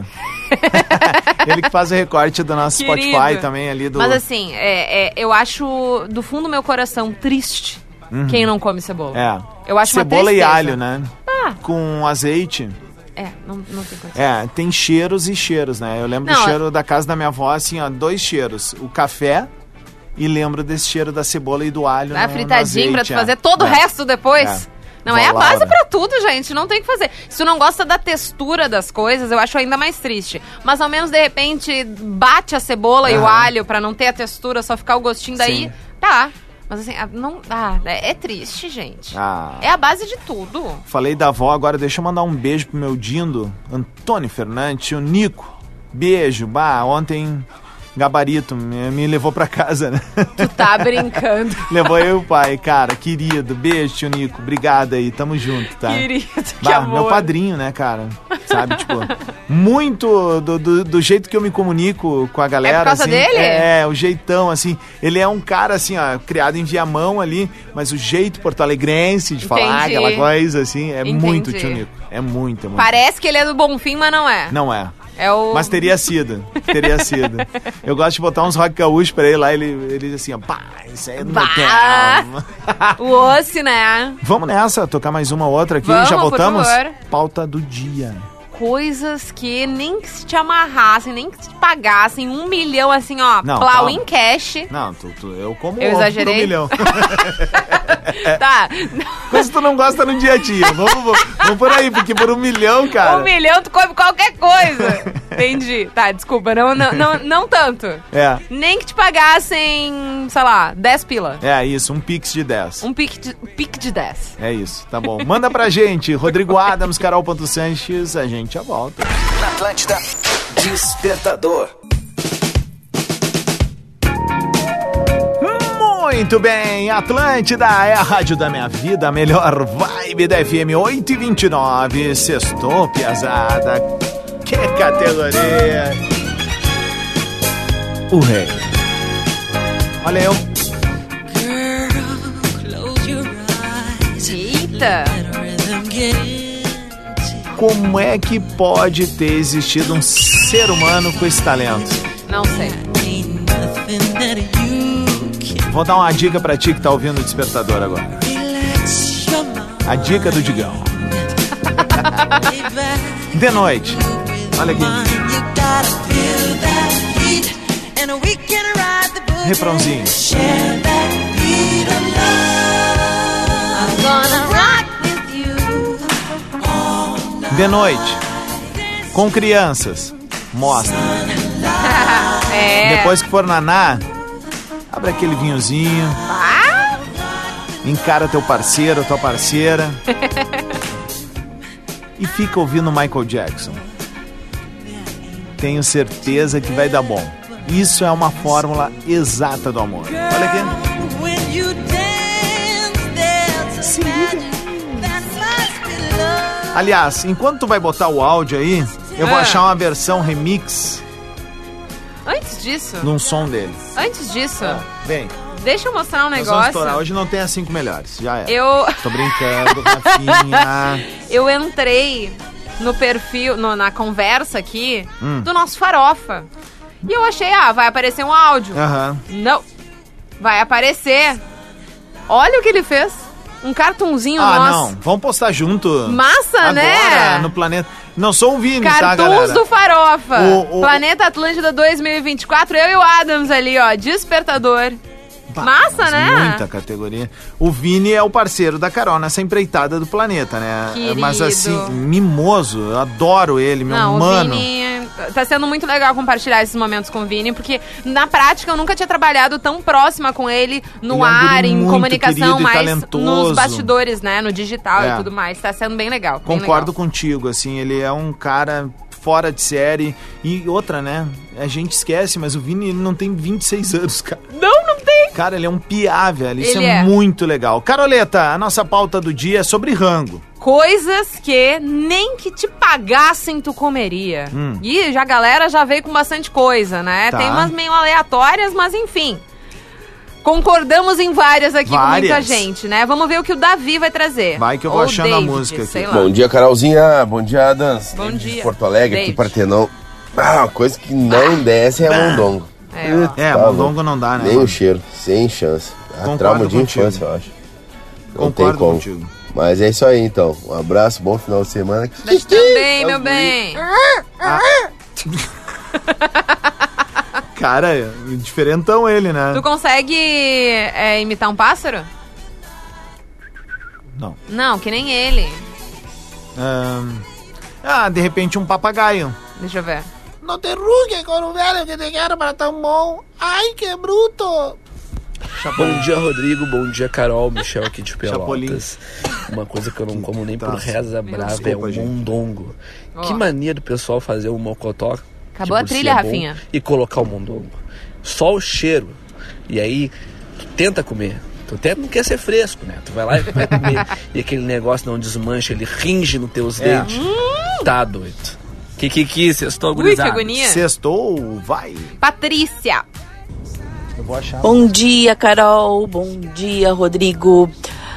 Ele que faz o recorte do nosso Spotify também ali. Mas assim, eu acho do fundo do meu coração triste quem não come cebola. Eu acho cebola uma e alho, né? Ah. Com azeite. Não tem coisa. Tem cheiros e cheiros, né? Eu lembro do cheiro da casa da minha avó, assim, ó, 2 cheiros. O café e lembro desse cheiro da cebola e do alho no fritadinho azeite, pra tu fazer todo o resto depois. Não, é a base pra tudo, gente. Não tem o que fazer. Se tu não gosta da textura das coisas, eu acho ainda mais triste. Mas ao menos, de repente, bate a cebola e o alho pra não ter a textura, só ficar o gostinho daí. Tá. Mas assim, não dá. É triste, gente. É a base de tudo. Falei da avó, agora deixa eu mandar um beijo pro meu Dindo, Antônio Fernandes, o Nico. Beijo. Ontem... Gabarito, me levou pra casa, né? Tu tá brincando. Levou eu e o pai, cara, querido. Beijo, tio Nico. Obrigado aí, tamo junto, tá? Querido, que amor. Meu padrinho, né, cara? Sabe, tipo, muito do jeito que eu me comunico com a galera. É por causa assim, dele? O jeitão, assim. Ele é um cara, assim, ó, criado em Viamão ali, mas o jeito porto-alegrense de falar aquela coisa, assim, muito tio Nico. É muito. Parece que ele é do Bonfim, mas não é. Não é. Mas teria sido. Eu gosto de botar uns rock gaúcho pra ele lá, ele diz assim, ó, isso aí é do meu tempo. O osso, né? Vamos nessa, tocar mais uma outra aqui. Vamos, já voltamos? Por favor. Pauta do dia. Coisas que nem que se te amarrassem, nem que se te pagassem 1 milhão, assim, ó, plau em cash. Não, eu como eu exagerei? Por 1 milhão. Tá. Coisa que tu não gosta no dia a dia. Vamos por aí, porque por 1 milhão, cara... 1 milhão tu come qualquer coisa. Entendi. Tá, desculpa, não tanto. Nem que te pagassem, sei lá, 10 pila. Isso, um pix de 10. Um pix de 10. É isso, tá bom. Manda pra gente, Rodrigo Adams, Carol.Sanches, a gente já volta. Na Atlântida, Despertador. Muito bem, Atlântida é a rádio da minha vida, a melhor vibe da FM 8h29. Sextou, piazada. Que categoria! O rei. Olha eu. Eita! Como é que pode ter existido um ser humano com esse talento? Não sei. Vou dar uma dica pra ti que tá ouvindo o Despertador agora. A dica do Digão. De noite. Olha aqui. Refrãozinho. De noite. Com crianças. Mostra. Depois que for naná, abre aquele vinhozinho. Encara teu parceiro, tua parceira. E fica ouvindo Michael Jackson. Tenho certeza que vai dar bom. Isso é uma fórmula exata do amor. Olha aqui. Se liga. Aliás, enquanto tu vai botar o áudio aí, eu vou achar uma versão remix. Antes disso? Num som dele. Antes disso? Vem. Deixa eu mostrar um negócio. Vamos estourar. Hoje não tem as 5 melhores. Já é. Tô brincando, Rafinha. Eu entrei no perfil, na conversa aqui, do nosso Farofa. E eu achei, vai aparecer um áudio. Não. Vai aparecer. Olha o que ele fez. Um cartunzinho nosso. Não. Vamos postar junto. Massa, agora, né? No Planeta... Não sou um Vini, Cartuns tá, galera? do Farofa. Planeta Atlântida 2024. Eu e o Adams ali, ó. Despertador. Massa, né? Muita categoria. O Vini é o parceiro da Carol nessa empreitada do Planeta, né? Querido. Mas assim, mimoso. Eu adoro ele, meu mano. O Vini... Tá sendo muito legal compartilhar esses momentos com o Vini, porque na prática eu nunca tinha trabalhado tão próxima com ele no ar, em comunicação, mais nos bastidores, né? No digital e tudo mais. Tá sendo bem legal. Concordo contigo, assim, ele é um cara fora de série. E outra, né? A gente esquece, mas o Vini, ele não tem 26 anos, cara. Não tem. Cara, ele é um piá, velho. Isso é muito legal. Caroleta, a nossa pauta do dia é sobre rango. Coisas que nem que te pagassem tu comeria. E a galera já veio com bastante coisa, né? Tem umas meio aleatórias, mas enfim. Concordamos em várias aqui com muita gente, né? Vamos ver o que o Davi vai trazer. Vai que eu vou achando David, a música aqui. Bom dia, Carolzinha. Bom dia, Adams. Bom dia. De Porto Alegre, aqui Partenon. Uma coisa que não desce é mondongo. Mondongo não dá, né? Nem o cheiro, sem chance. Trauma de infância, eu acho. Não tem como. Contigo. Mas é isso aí, então. Um abraço, bom final de semana. Você também, meu bem. Cara, diferentão ele, né? Tu consegue imitar um pássaro? Não. Não, que nem ele. De repente um papagaio. Deixa eu ver. Não te rugue com o velho que te quero para tão bom. Ai, que bruto. Bom dia, Rodrigo. Bom dia, Carol. Michel aqui de Pelotas. Uma coisa que eu não como nem por reza brava é o mondongo. Que mania do pessoal fazer o mocotó. Acabou a trilha, Rafinha. E colocar o mondongo. Só o cheiro. E aí, tu tenta comer. Tu até não quer ser fresco, né? Tu vai lá e vai comer. E aquele negócio não desmancha, ele ringe nos teus dentes. Tá doido. Que sextou, gurizada. Ui, que agonia. Sextou, vai. Patrícia. Eu vou achar. Bom dia, Carol. Bom dia, Rodrigo.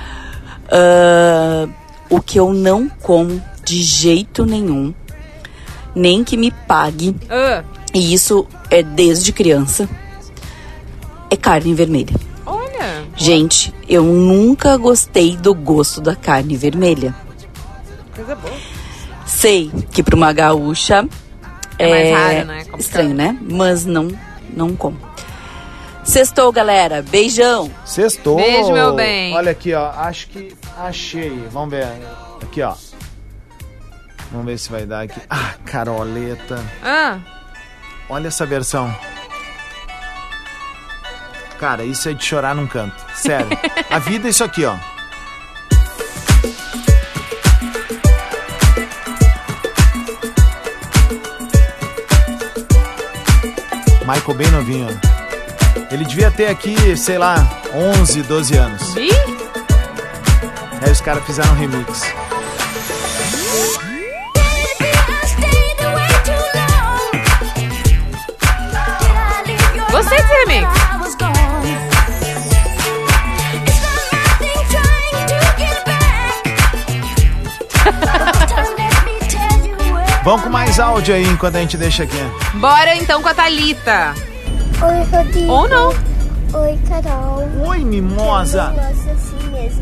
O que eu não como de jeito nenhum, nem que me pague, e isso é desde criança, é carne vermelha. Olha. Gente, eu nunca gostei do gosto da carne vermelha. Coisa boa. Sei que para uma gaúcha é mais raro, né? Estranho, né? Mas não como. Sextou, galera. Beijão. Sextou. Beijo, meu bem. Olha aqui, ó. Acho que achei. Vamos ver. Aqui, ó. Vamos ver se vai dar aqui. Caroleta. Olha essa versão. Cara, isso é de chorar num canto. Sério. A vida é isso aqui, ó. Michael bem novinho. Ele devia ter aqui, sei lá, 11, 12 anos. Ih? Aí os caras fizeram um remix. Gostei desse remix. Vamos com mais áudio aí enquanto a gente deixa aqui. Bora então com a Thalita. Oi, Rodrigo. Ou não. Oi, Carol. Oi, mimosa. Mimosa assim mesmo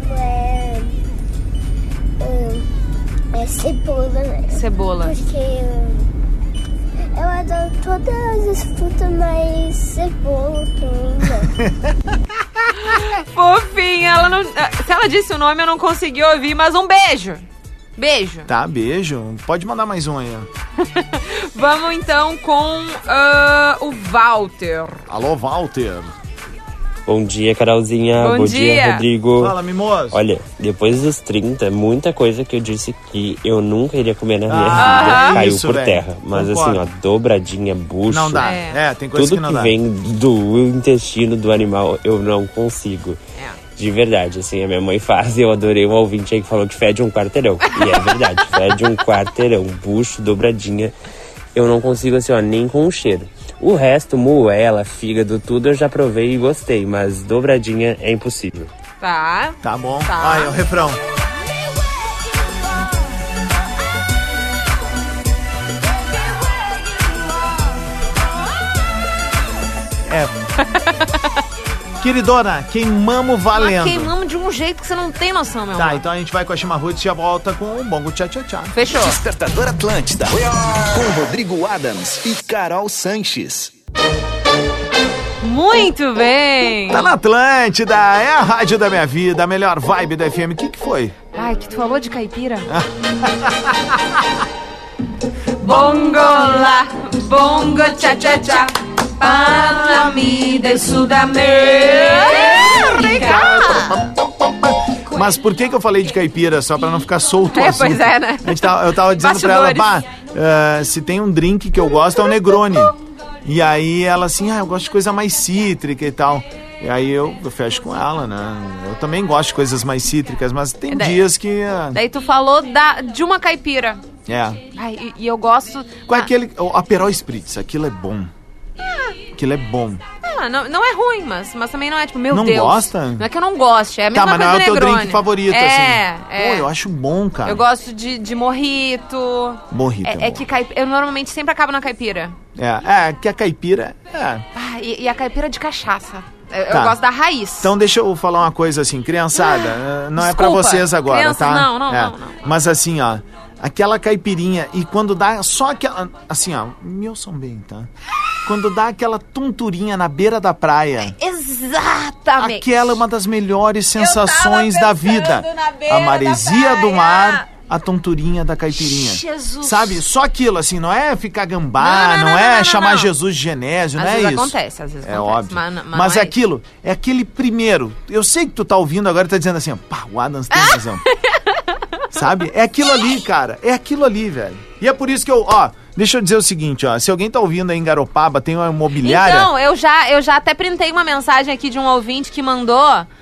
é cebola, né? Cebola. Porque eu adoro todas as frutas, mas cebola ainda. Fofinha, ela não... Se ela disse o nome, eu não consegui ouvir, mas um beijo. Beijo. Tá, beijo. Pode mandar mais um aí, ó. Vamos então com o Walter. Alô, Walter. Bom dia, Carolzinha. Bom dia, Rodrigo. Fala, mimoso. Olha, depois dos 30, muita coisa que eu disse que eu nunca iria comer na minha vida caiu isso, por véio. terra. Mas Concordo. assim, ó, dobradinha, bucho. Não dá. Tem coisa tudo que não dá. vem do intestino do animal, eu não consigo. De verdade, assim, a minha mãe faz e eu adorei um ouvinte aí que falou que fede um quarteirão. E é verdade, fede um quarteirão. Bucho, dobradinha, eu não consigo assim, ó, nem com o cheiro. O resto, moela, fígado, tudo eu já provei e gostei, mas dobradinha é impossível. Tá. Tá bom. Tá. Ai, o refrão. Queridona, queimamos valendo. Queimamos de um jeito que você não tem noção, meu amor. Tá, então a gente vai com a Chimarruts e já volta com o Bongo Tchá Tchá Tchá. Fechou. Despertador Atlântida. Com Rodrigo Adams e Carol Sanches. Muito bem. Tá na Atlântida, é a rádio da minha vida, a melhor vibe da FM. O que foi? Ai, que tu falou de caipira. Bongo lá, bongo tchá tchá tchá. Parlami de Sudamérica. Mas por que eu falei de caipira? Só pra não ficar solto o assunto. Pois é, né? Eu tava dizendo pra ela, se tem um drink que eu gosto é o Negroni. E aí ela assim, eu gosto de coisa mais cítrica e tal. E aí eu fecho com ela, né? Eu também gosto de coisas mais cítricas, mas tem dias que... Daí tu falou de uma caipira. Ai, e eu gosto... Qual é aquele... O Aperol Spritz, aquilo é bom. Aquilo é bom. Não é ruim, mas também não é tipo, meu não Deus. Não gosta? Não é que eu não goste, é a mesma coisa do Negroni. Mas não é o teu drink favorito, assim. É. Pô, eu acho bom, cara. Eu gosto de morrito. Morrito é que eu normalmente sempre acabo na caipira. Que a caipira... E a caipira de cachaça. Eu gosto da raiz. Então deixa eu falar uma coisa assim, criançada, não desculpa, é pra vocês agora, criança, tá? Não. Mas assim, ó, aquela caipirinha, e quando dá só aquela, assim, ó, me ouçam bem, tá? Quando dá aquela tonturinha na beira da praia. Exatamente. Aquela é uma das melhores sensações da vida. A maresia do mar, a tonturinha da caipirinha. Jesus. Sabe? Só aquilo, assim, não é ficar gambá, não é chamar Jesus de Genésio, não é isso. Às vezes acontece. É óbvio. Mas é aquilo, é aquele primeiro. Eu sei que tu tá ouvindo agora e tá dizendo assim, pá, o Adams tem razão. Sabe? É aquilo ali, cara. É aquilo ali, velho. E é por isso que deixa eu dizer o seguinte, se alguém tá ouvindo aí em Garopaba, tem uma imobiliária... Então, eu já até printei uma mensagem aqui de um ouvinte que mandou...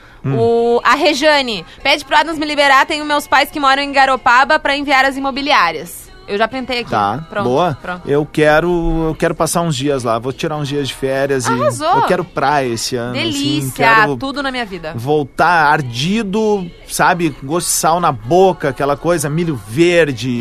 A Rejane, pede pro Adams me liberar, tenho meus pais que moram em Garopaba pra enviar as imobiliárias. Eu já printei aqui. Tá, pronto, boa. Pronto. Eu quero passar uns dias lá, vou tirar uns dias de férias. Arrasou. E eu quero praia esse ano. Delícia, assim, quero tudo na minha vida. Voltar ardido, sabe, gosto de sal na boca, aquela coisa, milho verde...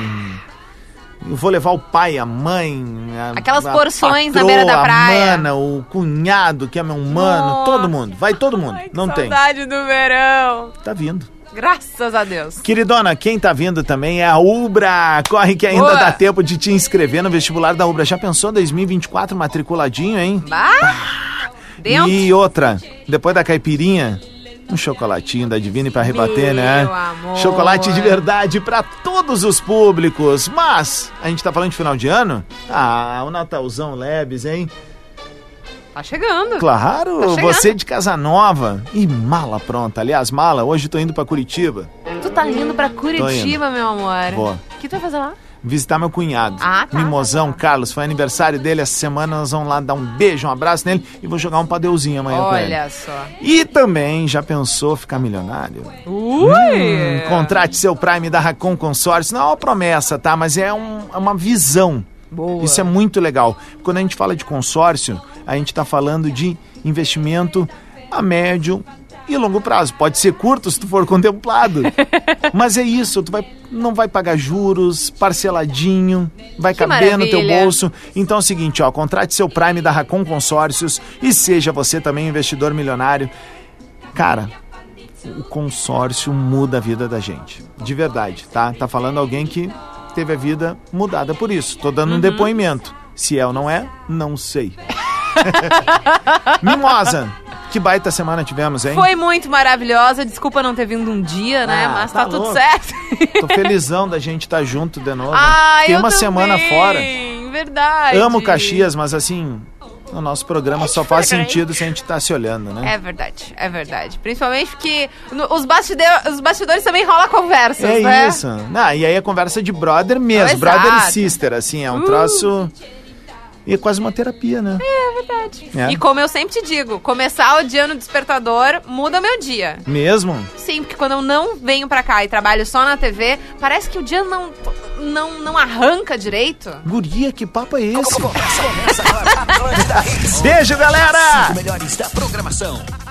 Eu vou levar o pai, a mãe... Aquelas porções patroa, na beira da praia. A mana, o cunhado, que é meu mano, todo mundo. Vai todo mundo, Ai, não tem. Saudade do verão. Tá vindo. Graças a Deus. Queridona, quem tá vindo também é a Ubra. Corre que ainda dá tempo de te inscrever no vestibular da Ubra. Já pensou 2024 matriculadinho, hein? Dentro. E outra, depois da caipirinha... Um chocolatinho da Divine pra rebater, né? Amor. Chocolate de verdade pra todos os públicos. Mas, a gente tá falando de final de ano? O Natalzão Lebes, hein? Tá chegando. Claro, tá chegando. Você de casa nova e mala pronta. Aliás, hoje tô indo pra Curitiba. Tu tá indo pra Curitiba, meu amor? Vou. O que tu vai fazer lá? Visitar meu cunhado. Tá. Mimosão, Carlos. Foi aniversário dele essa semana. Nós vamos lá dar um beijo, um abraço nele e vou jogar um padeuzinho amanhã com ele. Olha só. E também, já pensou ficar milionário? Contrate seu Prime da Racon Consórcio. Não é uma promessa, tá? Mas é uma visão. Boa. Isso é muito legal. Quando a gente fala de consórcio, a gente tá falando de investimento a médio e longo prazo. Pode ser curto se tu for contemplado. Mas é isso, não vai pagar juros, parceladinho, vai caber no teu bolso. Então é o seguinte, contrate seu Prime da Racon Consórcios e seja você também investidor milionário. Cara, o consórcio muda a vida da gente, de verdade, tá? Tá falando alguém que teve a vida mudada por isso. Tô dando um depoimento. Se é ou não é, não sei. Mimosa, que baita semana tivemos, hein? Foi muito maravilhosa. Desculpa não ter vindo um dia, né? Mas tá tudo certo. Tô felizão da gente estar junto de novo. Tem uma semana fora. Verdade. Amo Caxias, mas assim, o nosso programa só faz sentido se a gente tá se olhando, né? É verdade. Principalmente porque os bastidores também rola conversas, né? É isso. E aí a conversa de brother mesmo, brother e sister, assim, é um troço... E é quase uma terapia, né? É verdade. E como eu sempre te digo, começar o dia no despertador muda meu dia. Mesmo? Sim, porque quando eu não venho pra cá e trabalho só na TV, parece que o dia não arranca direito. Guria, que papo é esse? Começa agora. Beijo, galera! Os melhores da programação.